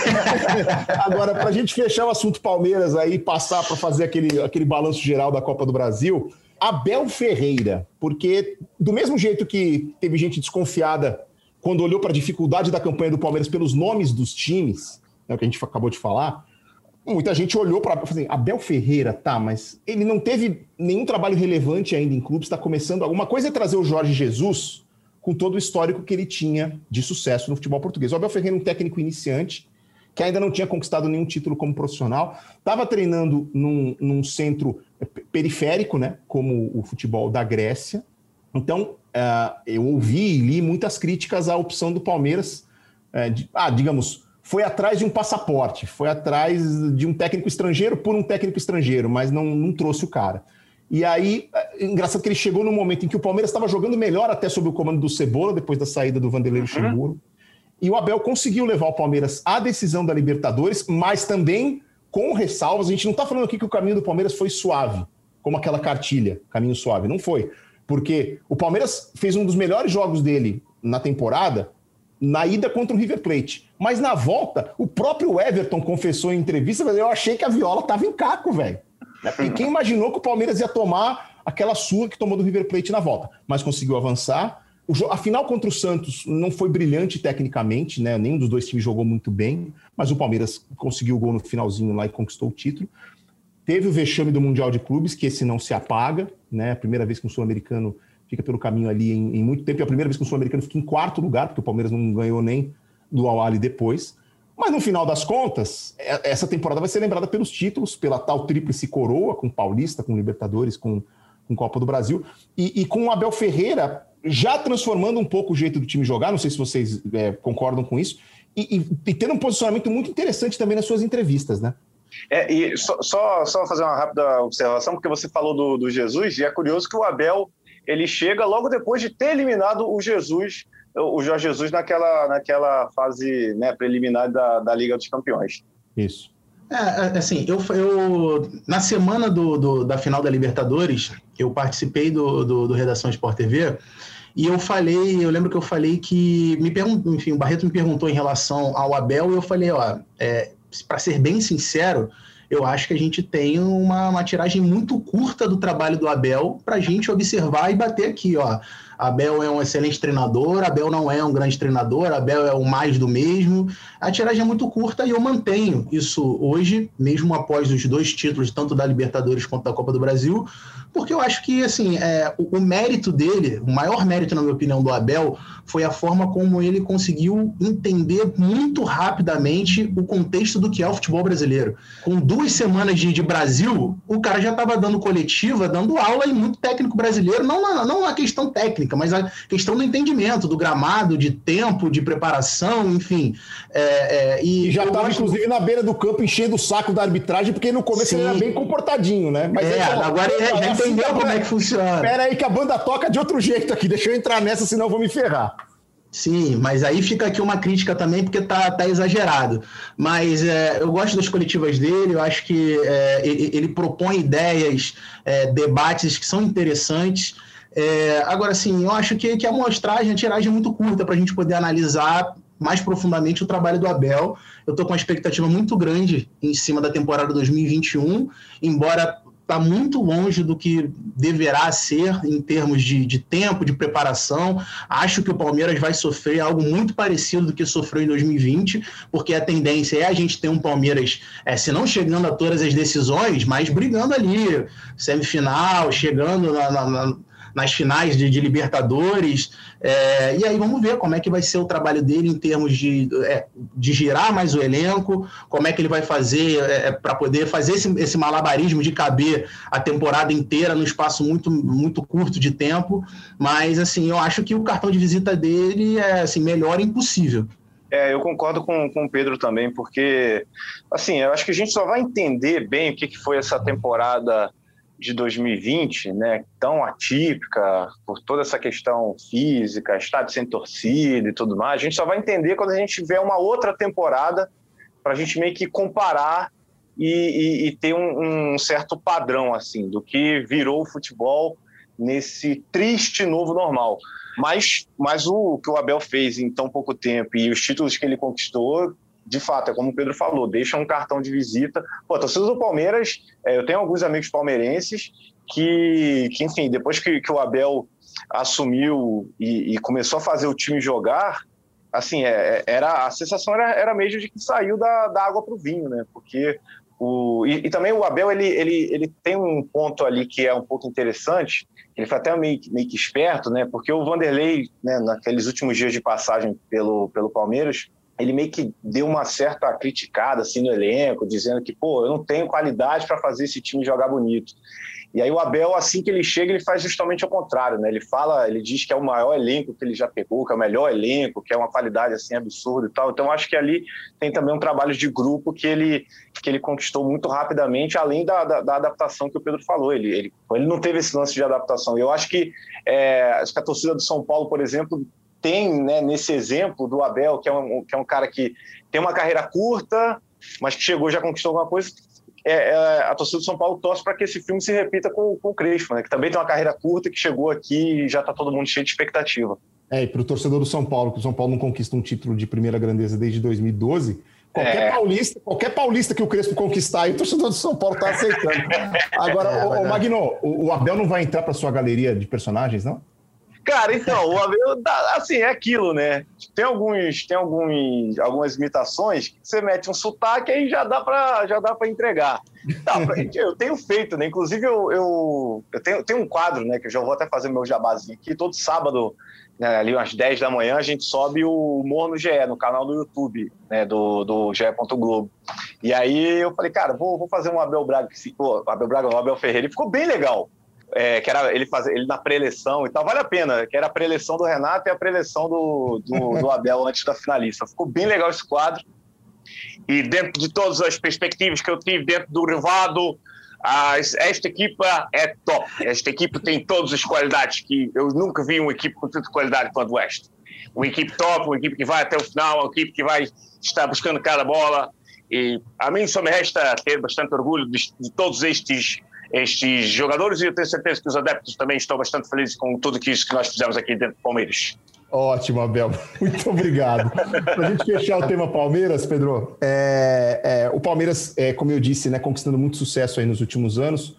Agora, para a gente fechar o assunto Palmeiras aí, passar para fazer aquele, aquele balanço geral da Copa do Brasil, Abel Ferreira, porque do mesmo jeito que teve gente desconfiada quando olhou para a dificuldade da campanha do Palmeiras pelos nomes dos times, é o que a gente acabou de falar, muita gente olhou para assim, Abel Ferreira, tá, mas ele não teve nenhum trabalho relevante ainda em clubes, está começando. Alguma coisa é trazer o Jorge Jesus com todo o histórico que ele tinha de sucesso no futebol português. O Abel Ferreira é um técnico iniciante, que ainda não tinha conquistado nenhum título como profissional, estava treinando num, num centro periférico, né, como o futebol da Grécia. Então, uh, eu ouvi e li muitas críticas à opção do Palmeiras, uh, de, ah, digamos, foi atrás de um passaporte, foi atrás de um técnico estrangeiro por um técnico estrangeiro, mas não, não trouxe o cara. E aí, uh, engraçado que ele chegou no momento em que o Palmeiras estava jogando melhor até sob o comando do Cebola, depois da saída do Vanderlei Luxemburgo, uhum. E o Abel conseguiu levar o Palmeiras à decisão da Libertadores, mas também com ressalvas. A gente não está falando aqui que o caminho do Palmeiras foi suave, como aquela cartilha, caminho suave. Não foi. Porque o Palmeiras fez um dos melhores jogos dele na temporada na ida contra o River Plate. Mas na volta, o próprio Everton confessou em entrevista, eu achei que a viola estava em caco, velho. E quem imaginou que o Palmeiras ia tomar aquela surra que tomou do River Plate na volta? Mas conseguiu avançar. O jogo, a final contra o Santos não foi brilhante tecnicamente, né? Nenhum dos dois times jogou muito bem, mas o Palmeiras conseguiu o gol no finalzinho lá e conquistou o título. Teve o vexame do Mundial de Clubes, que esse não se apaga, né? A primeira vez que um sul-americano fica pelo caminho ali em, em muito tempo, e a primeira vez que um sul-americano fica em quarto lugar, porque o Palmeiras não ganhou nem do Al-Ahly depois. Mas no final das contas, essa temporada vai ser lembrada pelos títulos, pela tal tríplice coroa, com Paulista, com Libertadores, com, com Copa do Brasil, e, e com o Abel Ferreira já transformando um pouco o jeito do time jogar, não sei se vocês é, concordam com isso, e, e, e tendo um posicionamento muito interessante também nas suas entrevistas, né? É, e só, só, só fazer uma rápida observação, porque você falou do, do Jesus, e é curioso que o Abel ele chega logo depois de ter eliminado o Jesus, o Jorge Jesus naquela, naquela fase, né, preliminar da, da Liga dos Campeões. Isso. É, assim, eu, eu na semana do, do, da final da Libertadores, eu participei do, do, do Redação Sport T V, e eu falei, eu lembro que eu falei que, me perguntou, enfim, o Barreto me perguntou em relação ao Abel, e eu falei, ó, é, para ser bem sincero, eu acho que a gente tem uma, uma tiragem muito curta do trabalho do Abel para a gente observar e bater aqui, ó. Abel é um excelente treinador, Abel não é um grande treinador, Abel é o mais do mesmo. A tiragem é muito curta e eu mantenho isso hoje, mesmo após os dois títulos, tanto da Libertadores quanto da Copa do Brasil, porque eu acho que, assim, é, o, o mérito dele, o maior mérito, na minha opinião, do Abel, foi a forma como ele conseguiu entender muito rapidamente o contexto do que é o futebol brasileiro. Com duas semanas de, de Brasil, o cara já estava dando coletiva, dando aula em muito técnico brasileiro, não na, não na questão técnica, mas a questão do entendimento, do gramado, de tempo, de preparação, enfim. É, é, e e já estava, gosto... inclusive, na beira do campo, enchendo o saco da arbitragem, porque no começo Sim. ele era bem comportadinho, né? Mas é, aí, agora ele já entendeu como é que funciona. Espera aí que a banda toca de outro jeito aqui, deixa eu entrar nessa, senão eu vou me ferrar. Sim, mas aí fica aqui uma crítica também, porque tá, tá exagerado. Mas é, eu gosto das coletivas dele, eu acho que é, ele, ele propõe ideias, é, debates que são interessantes. É, agora, sim, eu acho que, que a amostragem, a tiragem é muito curta para a gente poder analisar mais profundamente o trabalho do Abel. Eu estou com uma expectativa muito grande em cima da temporada dois mil e vinte e um, embora está muito longe do que deverá ser em termos de, de tempo, de preparação. Acho que o Palmeiras vai sofrer algo muito parecido do que sofreu em dois mil e vinte, porque a tendência é a gente ter um Palmeiras, é, se não chegando a todas as decisões, mas brigando ali, semifinal, chegando na... na, na nas finais de, de Libertadores, é, e aí vamos ver como é que vai ser o trabalho dele em termos de, é, de girar mais o elenco, como é que ele vai fazer é, para poder fazer esse, esse malabarismo de caber a temporada inteira num espaço muito, muito curto de tempo, mas assim, eu acho que o cartão de visita dele é assim, melhor impossível. É, eu concordo com, com o Pedro também, porque assim, eu acho que a gente só vai entender bem o que, que foi essa temporada de dois mil e vinte, né, tão atípica, por toda essa questão física, estádio sem torcida e tudo mais, a gente só vai entender quando a gente tiver uma outra temporada para a gente meio que comparar e, e, e ter um, um certo padrão assim, do que virou o futebol nesse triste novo normal. Mas, mas o que o Abel fez em tão pouco tempo e os títulos que ele conquistou, de fato, é como o Pedro falou, deixa um cartão de visita. Pô, a torcida do Palmeiras, é, eu tenho alguns amigos palmeirenses que, que enfim, depois que, que o Abel assumiu e, e começou a fazer o time jogar, assim, é, era, a sensação era, era mesmo de que saiu da, da água para o vinho, né? Porque o, e, e também o Abel, ele, ele, ele tem um ponto ali que é um pouco interessante, ele foi até meio, meio que esperto, né? Porque o Vanderlei, né, naqueles últimos dias de passagem pelo, pelo Palmeiras, ele meio que deu uma certa criticada assim, no elenco, dizendo que, pô, eu não tenho qualidade para fazer esse time jogar bonito. E aí o Abel, assim que ele chega, ele faz justamente o contrário, né? Ele fala, ele diz que é o maior elenco que ele já pegou, que é o melhor elenco, que é uma qualidade assim absurda e tal. Então acho que ali tem também um trabalho de grupo que ele, que ele conquistou muito rapidamente, além da, da, da adaptação que o Pedro falou. Ele, ele, ele não teve esse lance de adaptação. Eu acho que, é, acho que a torcida do São Paulo, por exemplo, tem, né, nesse exemplo do Abel, que é, um, que é um cara que tem uma carreira curta, mas que chegou, já conquistou alguma coisa, é, é, a torcida do São Paulo torce para que esse filme se repita com, com o Crespo, né, que também tem uma carreira curta, que chegou aqui e já está todo mundo cheio de expectativa. É, e para o torcedor do São Paulo, que o São Paulo não conquista um título de primeira grandeza desde dois mil e doze, qualquer, é. paulista, qualquer paulista que o Crespo conquistar, aí o torcedor do São Paulo está aceitando. Agora, é, o, o Magno, o, o Abel não vai entrar para sua galeria de personagens, não? Cara, então, o Abel, assim, é aquilo, né? Tem, alguns, tem alguns, algumas imitações que você mete um sotaque aí já dá pra, já dá pra entregar. Tá, eu tenho feito, né? Inclusive, eu, eu, eu tenho, tenho um quadro, né? Que eu já vou até fazer meu jabazinho aqui. Todo sábado, né, ali umas dez da manhã, a gente sobe o Humor no G E, no canal do YouTube, né? Do, do G E ponto Globo. E aí eu falei, cara, vou, vou fazer um Abel Braga, que ficou, Abel Braga, não, Abel Ferreira, e ficou bem legal. É, que era ele, fazer, ele na pré-eleição e tal, vale a pena, que era a pré-eleição do Renato e a pré-eleição do, do, do Abel antes da finalista. Ficou bem legal esse quadro. E dentro de todas as perspectivas que eu tive dentro do Rivado, a, esta equipa é top. Esta equipa tem todas as qualidades que eu nunca vi uma equipe com tanta qualidade quanto esta. Uma equipe top, uma equipe que vai até o final, uma equipe que vai estar buscando cada bola. E a mim só me resta ter bastante orgulho de, de todos estes estes jogadores, e eu tenho certeza que os adeptos também estão bastante felizes com tudo isso que nós fizemos aqui dentro do Palmeiras. Ótimo, Abel. Muito obrigado. Para a gente fechar o tema Palmeiras, Pedro, é, é, o Palmeiras, é, como eu disse, né, conquistando muito sucesso aí nos últimos anos,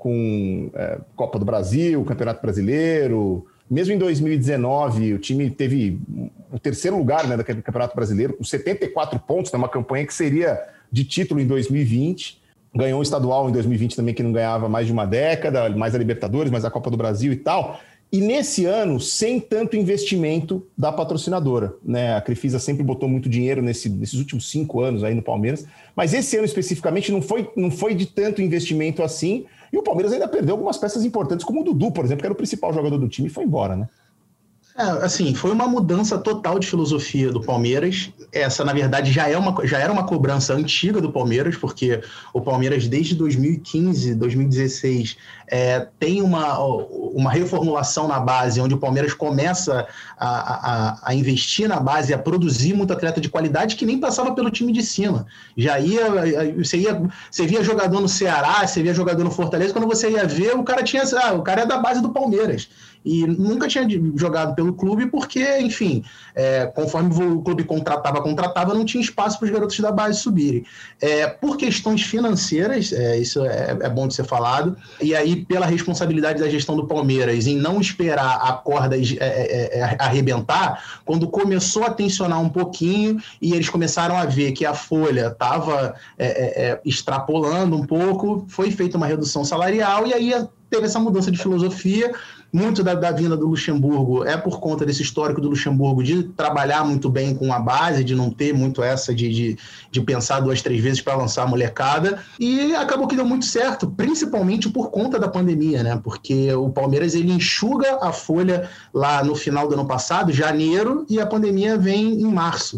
com é, Copa do Brasil, Campeonato Brasileiro. Mesmo em dois mil e dezenove, o time teve o terceiro lugar, né, do Campeonato Brasileiro, com setenta e quatro pontos, numa campanha que seria de título em dois mil e vinte. Ganhou um estadual em dois mil e vinte também, que não ganhava mais de uma década, mais a Libertadores, mais a Copa do Brasil e tal. E nesse ano, sem tanto investimento da patrocinadora, né? A Crefisa sempre botou muito dinheiro nesse, nesses últimos cinco anos aí no Palmeiras, mas esse ano especificamente não foi, não foi de tanto investimento assim, e o Palmeiras ainda perdeu algumas peças importantes, como o Dudu, por exemplo, que era o principal jogador do time e foi embora, né? É, assim, foi uma mudança total de filosofia do Palmeiras. Essa, na verdade, já, é uma, já era uma cobrança antiga do Palmeiras, porque o Palmeiras, desde dois mil e quinze, dois mil e dezesseis, é, tem uma, uma reformulação na base, onde o Palmeiras começa a, a, a investir na base, a produzir muito atleta de qualidade que nem passava pelo time de cima. Já ia, você, ia, você via jogador no Ceará, você via jogador no Fortaleza, quando você ia ver, o cara tinha, ah, o cara é da base do Palmeiras. E nunca tinha jogado pelo clube porque, enfim, é, conforme o clube contratava, contratava, não tinha espaço para os garotos da base subirem. É, por questões financeiras, é, isso é, é bom de ser falado, e aí pela responsabilidade da gestão do Palmeiras em não esperar a corda é, é, é, arrebentar, quando começou a tensionar um pouquinho e eles começaram a ver que a folha estava é, é, extrapolando um pouco, foi feita uma redução salarial e aí teve essa mudança de filosofia. Muito da, da vinda do Luxemburgo é por conta desse histórico do Luxemburgo de trabalhar muito bem com a base, de não ter muito essa de, de, de pensar duas, três vezes para lançar a molecada, e acabou que deu muito certo, principalmente por conta da pandemia, né? Porque o Palmeiras ele enxuga a folha lá no final do ano passado, janeiro, e a pandemia vem em março.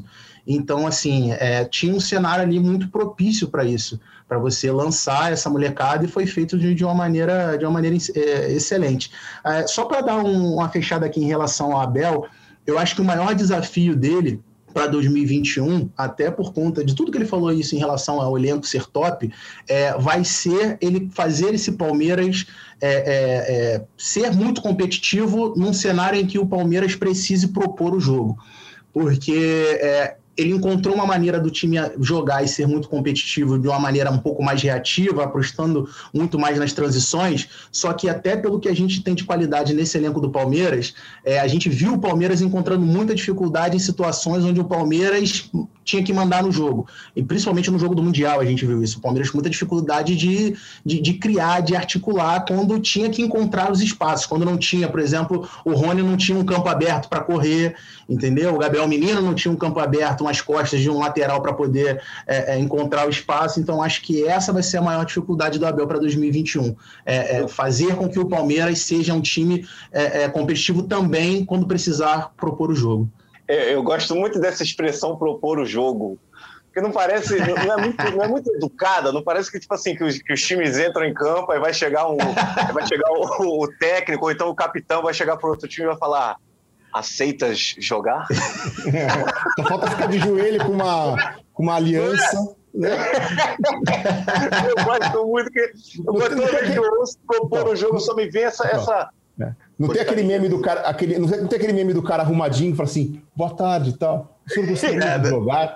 Então, assim, é, tinha um cenário ali muito propício para isso, para você lançar essa molecada, e foi feito de, de uma maneira, de uma maneira é, excelente. É, só para dar um, uma fechada aqui em relação ao Abel, eu acho que o maior desafio dele para dois mil e vinte e um, até por conta de tudo que ele falou isso em relação ao elenco ser top, é, vai ser ele fazer esse Palmeiras é, é, é, ser muito competitivo num cenário em que o Palmeiras precise propor o jogo. Porque é, ele encontrou uma maneira do time jogar e ser muito competitivo de uma maneira um pouco mais reativa, apostando muito mais nas transições, só que até pelo que a gente tem de qualidade nesse elenco do Palmeiras, é, a gente viu o Palmeiras encontrando muita dificuldade em situações onde o Palmeiras tinha que mandar no jogo, e principalmente no jogo do Mundial a gente viu isso, o Palmeiras com muita dificuldade de, de, de criar, de articular quando tinha que encontrar os espaços, quando não tinha, por exemplo, o Rony não tinha um campo aberto para correr, entendeu? O Gabriel Menino não tinha um campo aberto, umas costas de um lateral para poder é, é, encontrar o espaço, então acho que essa vai ser a maior dificuldade do Abel para dois mil e vinte e um, é, é fazer com que o Palmeiras seja um time é, é, competitivo também quando precisar propor o jogo. Eu gosto muito dessa expressão propor o jogo, porque não parece, não é muito, não é muito educada, não parece que, tipo assim, que os, que os times entram em campo, aí vai chegar, um, vai chegar o, o técnico, ou então o capitão vai chegar para outro time e vai falar: aceitas jogar? É, só falta ficar de joelho com uma, com uma aliança. Né? Eu gosto muito que eu gosto muito que eu ouço propor o jogo, só me vem essa... essa... É. Não tem aquele meme do cara, aquele, não, tem, não tem aquele meme do cara arrumadinho que fala assim: boa tarde e tal, o senhor gostaria de jogar?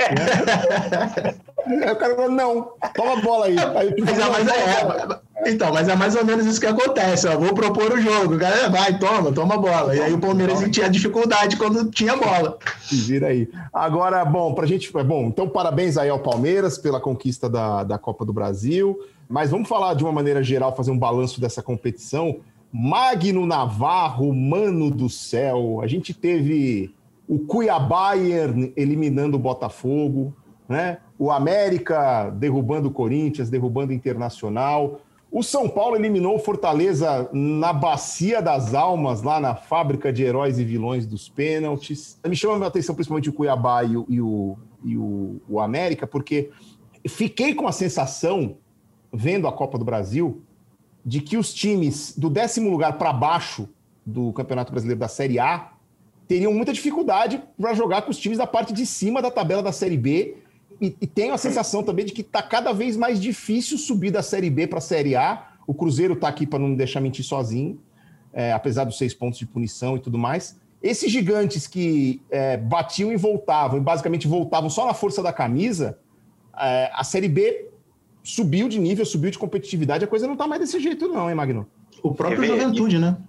É. Aí o cara fala: não, toma a bola aí. aí mas é, mas é, então, mas é mais ou menos isso que acontece, ó, vou propor o jogo, o cara vai, toma, toma a bola. E aí o Palmeiras tinha dificuldade quando tinha bola. Se vira aí. Agora, bom, pra gente, bom, então parabéns aí ao Palmeiras pela conquista da, da Copa do Brasil, mas vamos falar de uma maneira geral, fazer um balanço dessa competição. Magno Navarro, mano do céu, a gente teve o Cuiabá eliminando o Botafogo, né? O América derrubando o Corinthians, derrubando o Internacional, o São Paulo eliminou o Fortaleza na Bacia das Almas, lá na fábrica de heróis e vilões dos pênaltis. Me chama a atenção principalmente o Cuiabá e o, e o, e o, o América, porque fiquei com a sensação, vendo a Copa do Brasil, de que os times do décimo lugar para baixo do Campeonato Brasileiro da Série A teriam muita dificuldade para jogar com os times da parte de cima da tabela da Série B, e, e tenho a sensação também de que está cada vez mais difícil subir da Série B para a Série A. O Cruzeiro está aqui para não me deixar mentir sozinho, é, apesar dos seis pontos de punição e tudo mais. Esses gigantes que é, batiam e voltavam, e basicamente voltavam só na força da camisa, é, a Série B subiu de nível, subiu de competitividade, a coisa não tá mais desse jeito não, hein, Magno? O próprio E V, Juventude, né?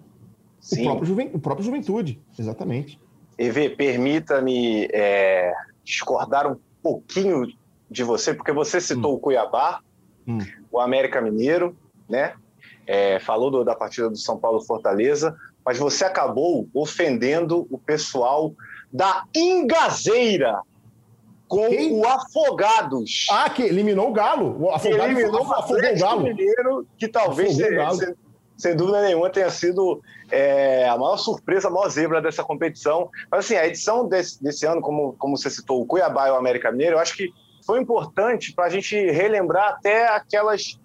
O próprio, Juven, o próprio Juventude, exatamente. E V, permita-me é, discordar um pouquinho de você, porque você citou hum. o Cuiabá, hum. o América Mineiro, né? É, falou do, da partida do São Paulo Fortaleza, mas você acabou ofendendo o pessoal da Ingazeira, com Quem? o Afogados. Ah, que eliminou o Galo. O Afogados eliminou o Atlético Mineiro, que talvez, sem, sem, sem dúvida nenhuma, tenha sido é, a maior surpresa, a maior zebra dessa competição. Mas, assim, a edição desse, desse ano, como, como você citou, o Cuiabá e o América Mineiro, eu acho que foi importante para a gente relembrar até aquelas,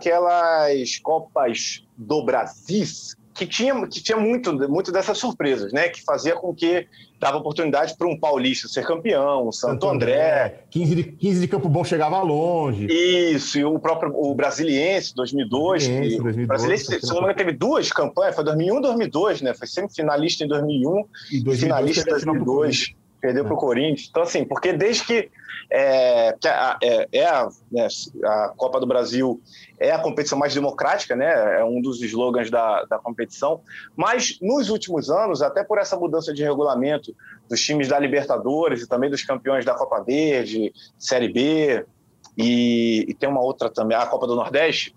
aquelas Copas do Brasil, que tinha, que tinha muito, muito dessas surpresas, né? Que fazia com que dava oportunidade para um paulista ser campeão, o Santo, Santo André. André. quinze, de, quinze de Campo Bom chegava longe. Isso, e o próprio o Brasiliense, dois mil e dois. Brasiliense, que, dois mil e dois. O Brasiliense, se não me engano, teve duas campanhas, foi dois mil e um e dois mil e dois, né? Foi semifinalista em dois mil e um e, dois mil e dois, finalista em dois mil e dois. Perdeu para o Corinthians. Então, assim, porque desde que, é, que a, é, é a, né, a Copa do Brasil é a competição mais democrática, né? É um dos slogans da, da competição, mas nos últimos anos, até por essa mudança de regulamento dos times da Libertadores e também dos campeões da Copa Verde, Série B, e, e tem uma outra também, a Copa do Nordeste,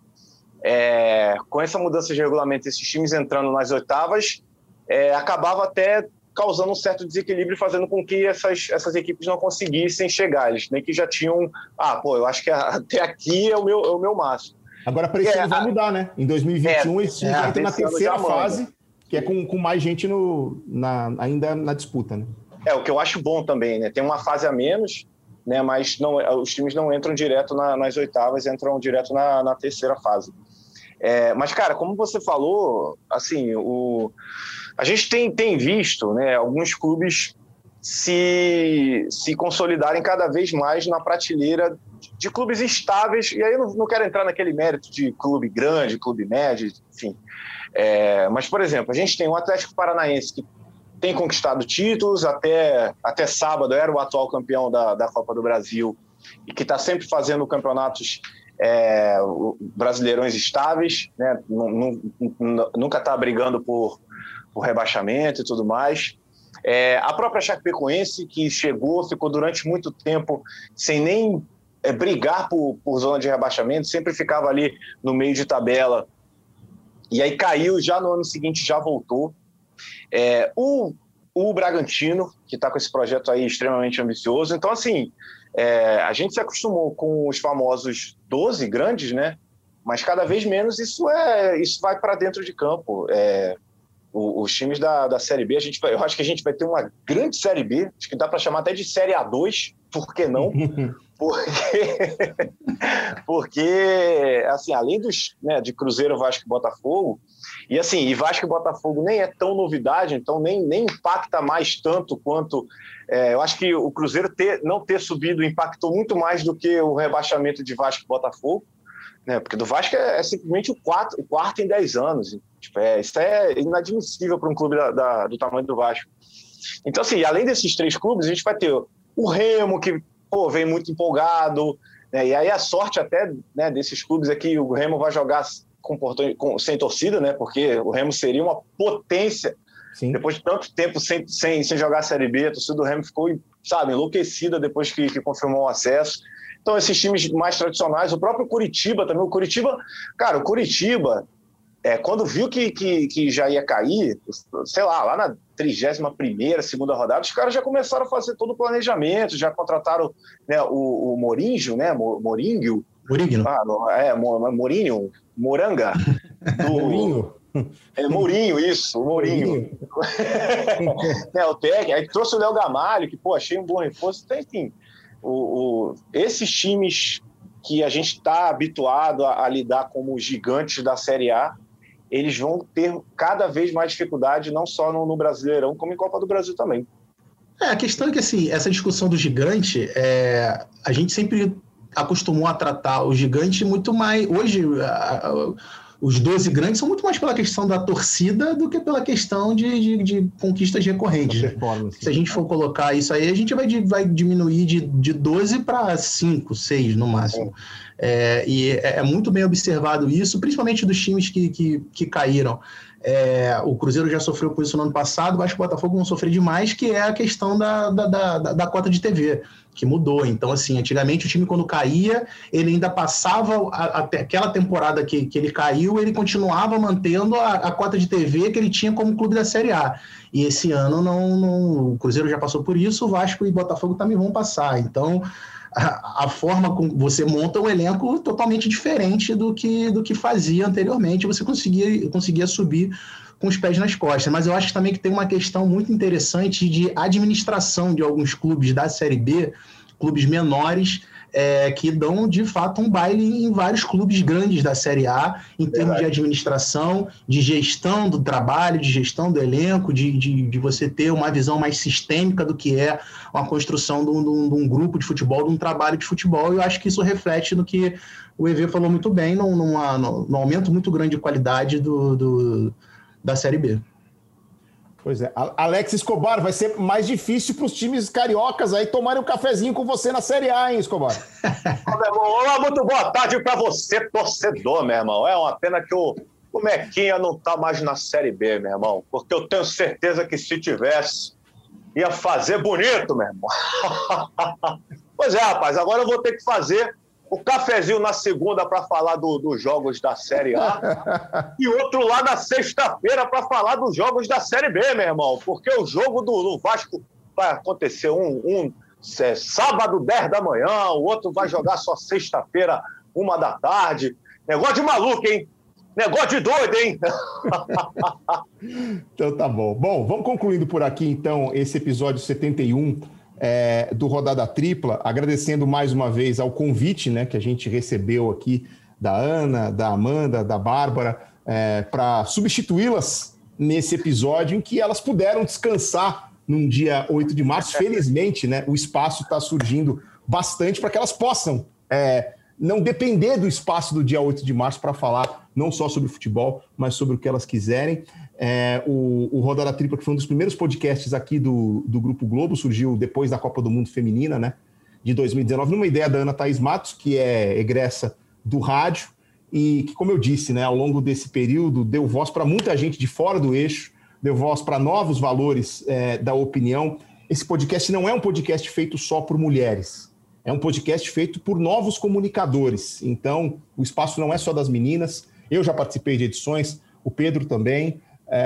é, com essa mudança de regulamento, esses times entrando nas oitavas, é, acabava até causando um certo desequilíbrio, fazendo com que essas, essas equipes não conseguissem chegar. Eles nem que já tinham... Ah, pô, eu acho que até aqui é o meu, é o meu máximo. Agora, para esse é, ano vai mudar, né? Em dois mil e vinte e um, é, esse time é, vai ter na terceira fase, que é com, com mais gente no, na, ainda na disputa, né? É, o que eu acho bom também, né? Tem uma fase a menos, né? Mas não, os times não entram direto na, nas oitavas, entram direto na, na terceira fase. É, mas, cara, como você falou, assim, o, a gente tem, tem visto, né, alguns clubes se, se consolidarem cada vez mais na prateleira de, de clubes estáveis, e aí eu não, não quero entrar naquele mérito de clube grande, clube médio, enfim. É, mas, por exemplo, a gente tem o Atlético Paranaense, que tem conquistado títulos, até, até sábado era o atual campeão da, da Copa do Brasil, e que está sempre fazendo campeonatos É, brasileirões estáveis, né? Nunca está brigando por, por rebaixamento e tudo mais. É, a própria Chapecoense, que chegou, ficou durante muito tempo sem nem é, brigar por, por zona de rebaixamento, sempre ficava ali no meio de tabela, e aí caiu, já no ano seguinte já voltou. É, o, o Bragantino, que está com esse projeto aí extremamente ambicioso. Então, assim, É, a gente se acostumou com os famosos doze grandes, né? Mas cada vez menos isso, é, isso vai para dentro de campo. É, o, os times da, da Série B, a gente vai, eu acho que a gente vai ter uma grande Série B, acho que dá para chamar até de Série A dois, por que não? Porque, porque assim, além dos, né, de Cruzeiro, Vasco e Botafogo, e assim, e Vasco e Botafogo nem é tão novidade, então nem, nem impacta mais tanto quanto... É, eu acho que o Cruzeiro ter, não ter subido impactou muito mais do que o rebaixamento de Vasco e Botafogo, né? Porque do Vasco é, é simplesmente o, quatro, o quarto em dez anos. Tipo, é, isso é inadmissível para um clube da, da, do tamanho do Vasco. Então, assim, além desses três clubes, a gente vai ter o Remo, que pô, vem muito empolgado, né? E aí a sorte até, né, desses clubes é que o Remo vai jogar com portão, com, sem torcida, né? Porque o Remo seria uma potência. Sim. Depois de tanto tempo sem, sem, sem jogar a Série B, a torcida do Remo ficou, sabe, enlouquecida depois que, que confirmou o acesso. Então, esses times mais tradicionais, o próprio Curitiba também. O Curitiba, cara, o Curitiba, é, quando viu que, que, que já ia cair, sei lá, lá na trigésima primeira, segunda rodada, os caras já começaram a fazer todo o planejamento, já contrataram, né, o, o Morinho, né, Morinho. Morinho. Ah, é, Morinho, Moranga. Do, Morinho. É Mourinho, isso, o Mourinho. É, o técnico, aí trouxe o Léo Gamalho, que, pô, achei um bom reforço. Então, enfim, o, o, esses times que a gente está habituado a, a lidar como gigantes da Série A, eles vão ter cada vez mais dificuldade, não só no, no Brasileirão, como em Copa do Brasil também. É, a questão é que, assim, essa discussão do gigante, é, a gente sempre acostumou a tratar o gigante muito mais... Hoje... A, a, os doze grandes são muito mais pela questão da torcida do que pela questão de, de, de conquistas recorrentes. Né? Se a gente for colocar isso aí, a gente vai, vai diminuir de, de doze para cinco, seis no máximo. É, e é, é muito bem observado isso, principalmente dos times que, que, que caíram. É, o Cruzeiro já sofreu com isso no ano passado, mas o Botafogo não sofreu demais, que é a questão da, da, da, da cota de T V, que mudou. Então, assim, antigamente o time quando caía, ele ainda passava a, a, aquela temporada que, que ele caiu, ele continuava mantendo a, a cota de T V que ele tinha como clube da Série A. E esse ano não, não, o Cruzeiro já passou por isso, o Vasco e o Botafogo também vão passar. Então, a, a forma como você monta um elenco totalmente diferente do que, do que fazia anteriormente, você conseguia, conseguia subir com os pés nas costas. Mas eu acho também que tem uma questão muito interessante de administração de alguns clubes da Série B, clubes menores, é, que dão, de fato, um baile em vários clubes grandes da Série A, em termos de administração, de gestão do trabalho, de gestão do elenco, de, de, de você ter uma visão mais sistêmica do que é uma construção de um, de um, de um grupo de futebol, de um trabalho de futebol. E eu acho que isso reflete no que o E V falou muito bem, num, numa, num aumento muito grande de qualidade do, do, da Série B. Pois é. Alex Escobar, vai ser mais difícil para os times cariocas aí tomarem um cafezinho com você na Série A, hein, Escobar? Olá, muito boa tarde para você, torcedor, meu irmão. É uma pena que o, o Mequinha não está mais na Série B, meu irmão, porque eu tenho certeza que se tivesse, ia fazer bonito, meu irmão. Pois é, rapaz, agora eu vou ter que fazer o cafezinho na segunda para falar do, dos jogos da Série A e outro lá na sexta-feira para falar dos jogos da Série B, meu irmão, porque o jogo do, do Vasco vai acontecer um, um é, sábado, dez da manhã, o outro vai jogar só sexta-feira, uma da tarde. Negócio de maluco, hein? Negócio de doido, hein? Então tá bom. Bom, vamos concluindo por aqui, então, esse episódio setenta e um é, do Rodada Tripla, agradecendo mais uma vez ao convite, né, que a gente recebeu aqui da Ana, da Amanda, da Bárbara, é, para substituí-las nesse episódio em que elas puderam descansar num dia oito de março. Felizmente, né, o espaço está surgindo bastante para que elas possam é, não depender do espaço do dia oito de março para falar não só sobre futebol, mas sobre o que elas quiserem. É, o, o Rodada Tripla, que foi um dos primeiros podcasts aqui do, do Grupo Globo, surgiu depois da Copa do Mundo Feminina, né, de dois mil e dezenove, numa ideia da Ana Thaís Matos, que é egressa do rádio, e que, como eu disse, né, ao longo desse período, deu voz para muita gente de fora do eixo, deu voz para novos valores é, da opinião. Esse podcast não é um podcast feito só por mulheres, é um podcast feito por novos comunicadores. Então, o espaço não é só das meninas. Eu já participei de edições, o Pedro também,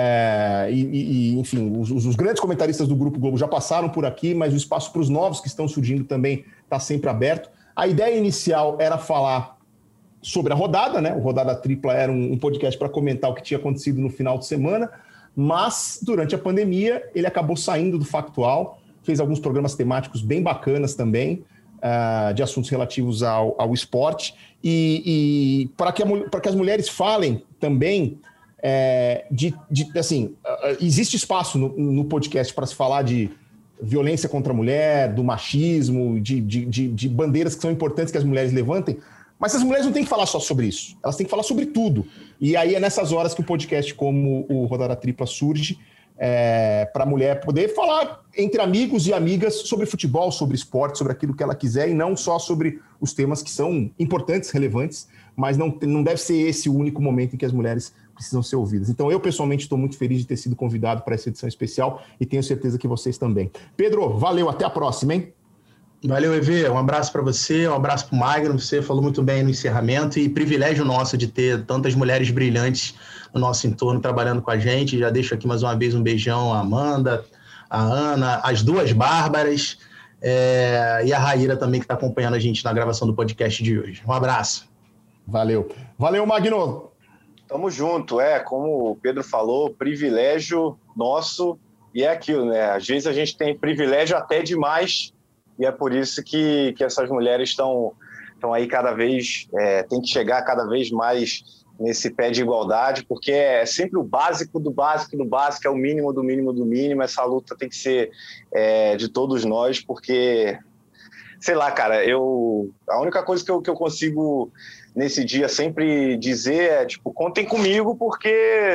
é, e, e, enfim, os, os grandes comentaristas do Grupo Globo já passaram por aqui, mas o espaço para os novos que estão surgindo também está sempre aberto. A ideia inicial era falar sobre a rodada, né? O Rodada Tripla era um, um podcast para comentar o que tinha acontecido no final de semana, mas durante a pandemia ele acabou saindo do factual, fez alguns programas temáticos bem bacanas também, Uh, de assuntos relativos ao, ao esporte, e, e para que, que as mulheres falem também é, de, de, assim, uh, existe espaço no, no podcast para se falar de violência contra a mulher, do machismo, de, de, de, de bandeiras que são importantes que as mulheres levantem, mas as mulheres não têm que falar só sobre isso, elas têm que falar sobre tudo, e aí é nessas horas que o podcast como o Rodada Tripla surge, É, para a mulher poder falar entre amigos e amigas sobre futebol, sobre esporte, sobre aquilo que ela quiser, e não só sobre os temas que são importantes, relevantes, mas não, não deve ser esse o único momento em que as mulheres precisam ser ouvidas. Então eu pessoalmente estou muito feliz de ter sido convidado para essa edição especial e tenho certeza que vocês também. Pedro, valeu, até a próxima, hein? Valeu, E V, um abraço para você, um abraço para o Magno, você falou muito bem no encerramento, e privilégio nosso de ter tantas mulheres brilhantes no nosso entorno trabalhando com a gente. Já deixo aqui mais uma vez um beijão à Amanda, à Ana, as duas Bárbaras, é, e a Raíra também, que está acompanhando a gente na gravação do podcast de hoje. Um abraço. Valeu. Valeu, Magno. Tamo junto, é, como o Pedro falou, privilégio nosso, e é aquilo, né? Às vezes a gente tem privilégio até demais, e é por isso que, que essas mulheres estão estão aí cada vez, é, tem que chegar cada vez mais nesse pé de igualdade, porque é sempre o básico do básico do básico, é o mínimo do mínimo do mínimo. Essa luta tem que ser é, de todos nós, porque, sei lá, cara, eu, a única coisa que eu, que eu consigo nesse dia sempre dizer é, tipo, contem comigo, porque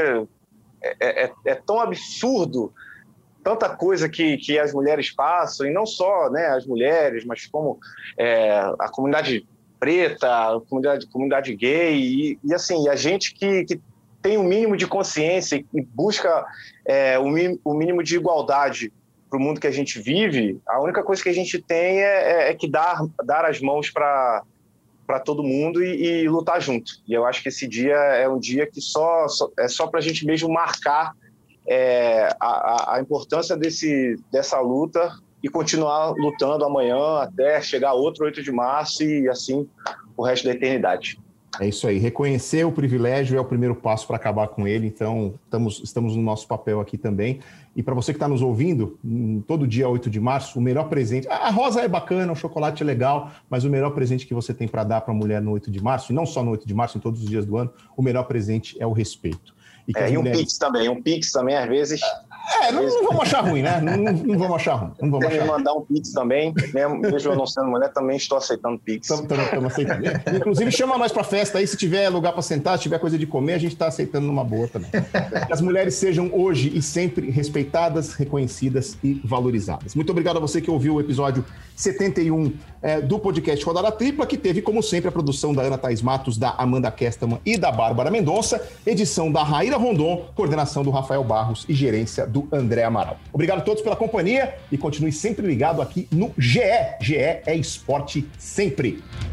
é, é, é tão absurdo tanta coisa que, que as mulheres passam, e não só, né, as mulheres, mas como é, a comunidade preta, a comunidade, comunidade gay, e, e assim, a gente que, que tem o um mínimo de consciência e busca é, o, o mínimo de igualdade para o mundo que a gente vive, a única coisa que a gente tem é, é que dar, dar as mãos para para todo mundo e, e lutar junto. E eu acho que esse dia é um dia que só, só é só para a gente mesmo marcar É, a, a importância desse, dessa luta e continuar lutando amanhã até chegar outro oito de março e assim o resto da eternidade. É isso aí, reconhecer o privilégio é o primeiro passo para acabar com ele, então estamos, estamos no nosso papel aqui também. E para você que está nos ouvindo, todo dia oito de março, o melhor presente, a rosa é bacana, o chocolate é legal, mas o melhor presente que você tem para dar para a mulher no oito de março, e não só no oito de março, em todos os dias do ano, o melhor presente é o respeito. E, é, e um mulheres... Pix também, um Pix também, às vezes... É, não, não vamos achar ruim, né? Não, não, não vamos achar ruim. Não vamos achar. Mandar um Pix também, mesmo, mesmo eu não sendo mulher, também estou aceitando Pix. Estamos aceitando. Inclusive, chama nós para festa aí, se tiver lugar para sentar, se tiver coisa de comer, a gente está aceitando numa boa também. Que as mulheres sejam hoje e sempre respeitadas, reconhecidas e valorizadas. Muito obrigado a você que ouviu o episódio setenta e um é, do podcast Rodada Tripla, que teve, como sempre, a produção da Ana Thaís Matos, da Amanda Kesterman e da Bárbara Mendonça, edição da Raíra Rondon, coordenação do Rafael Barros e gerência do André Amaral. Obrigado a todos pela companhia e continue sempre ligado aqui no G E. G E é esporte sempre.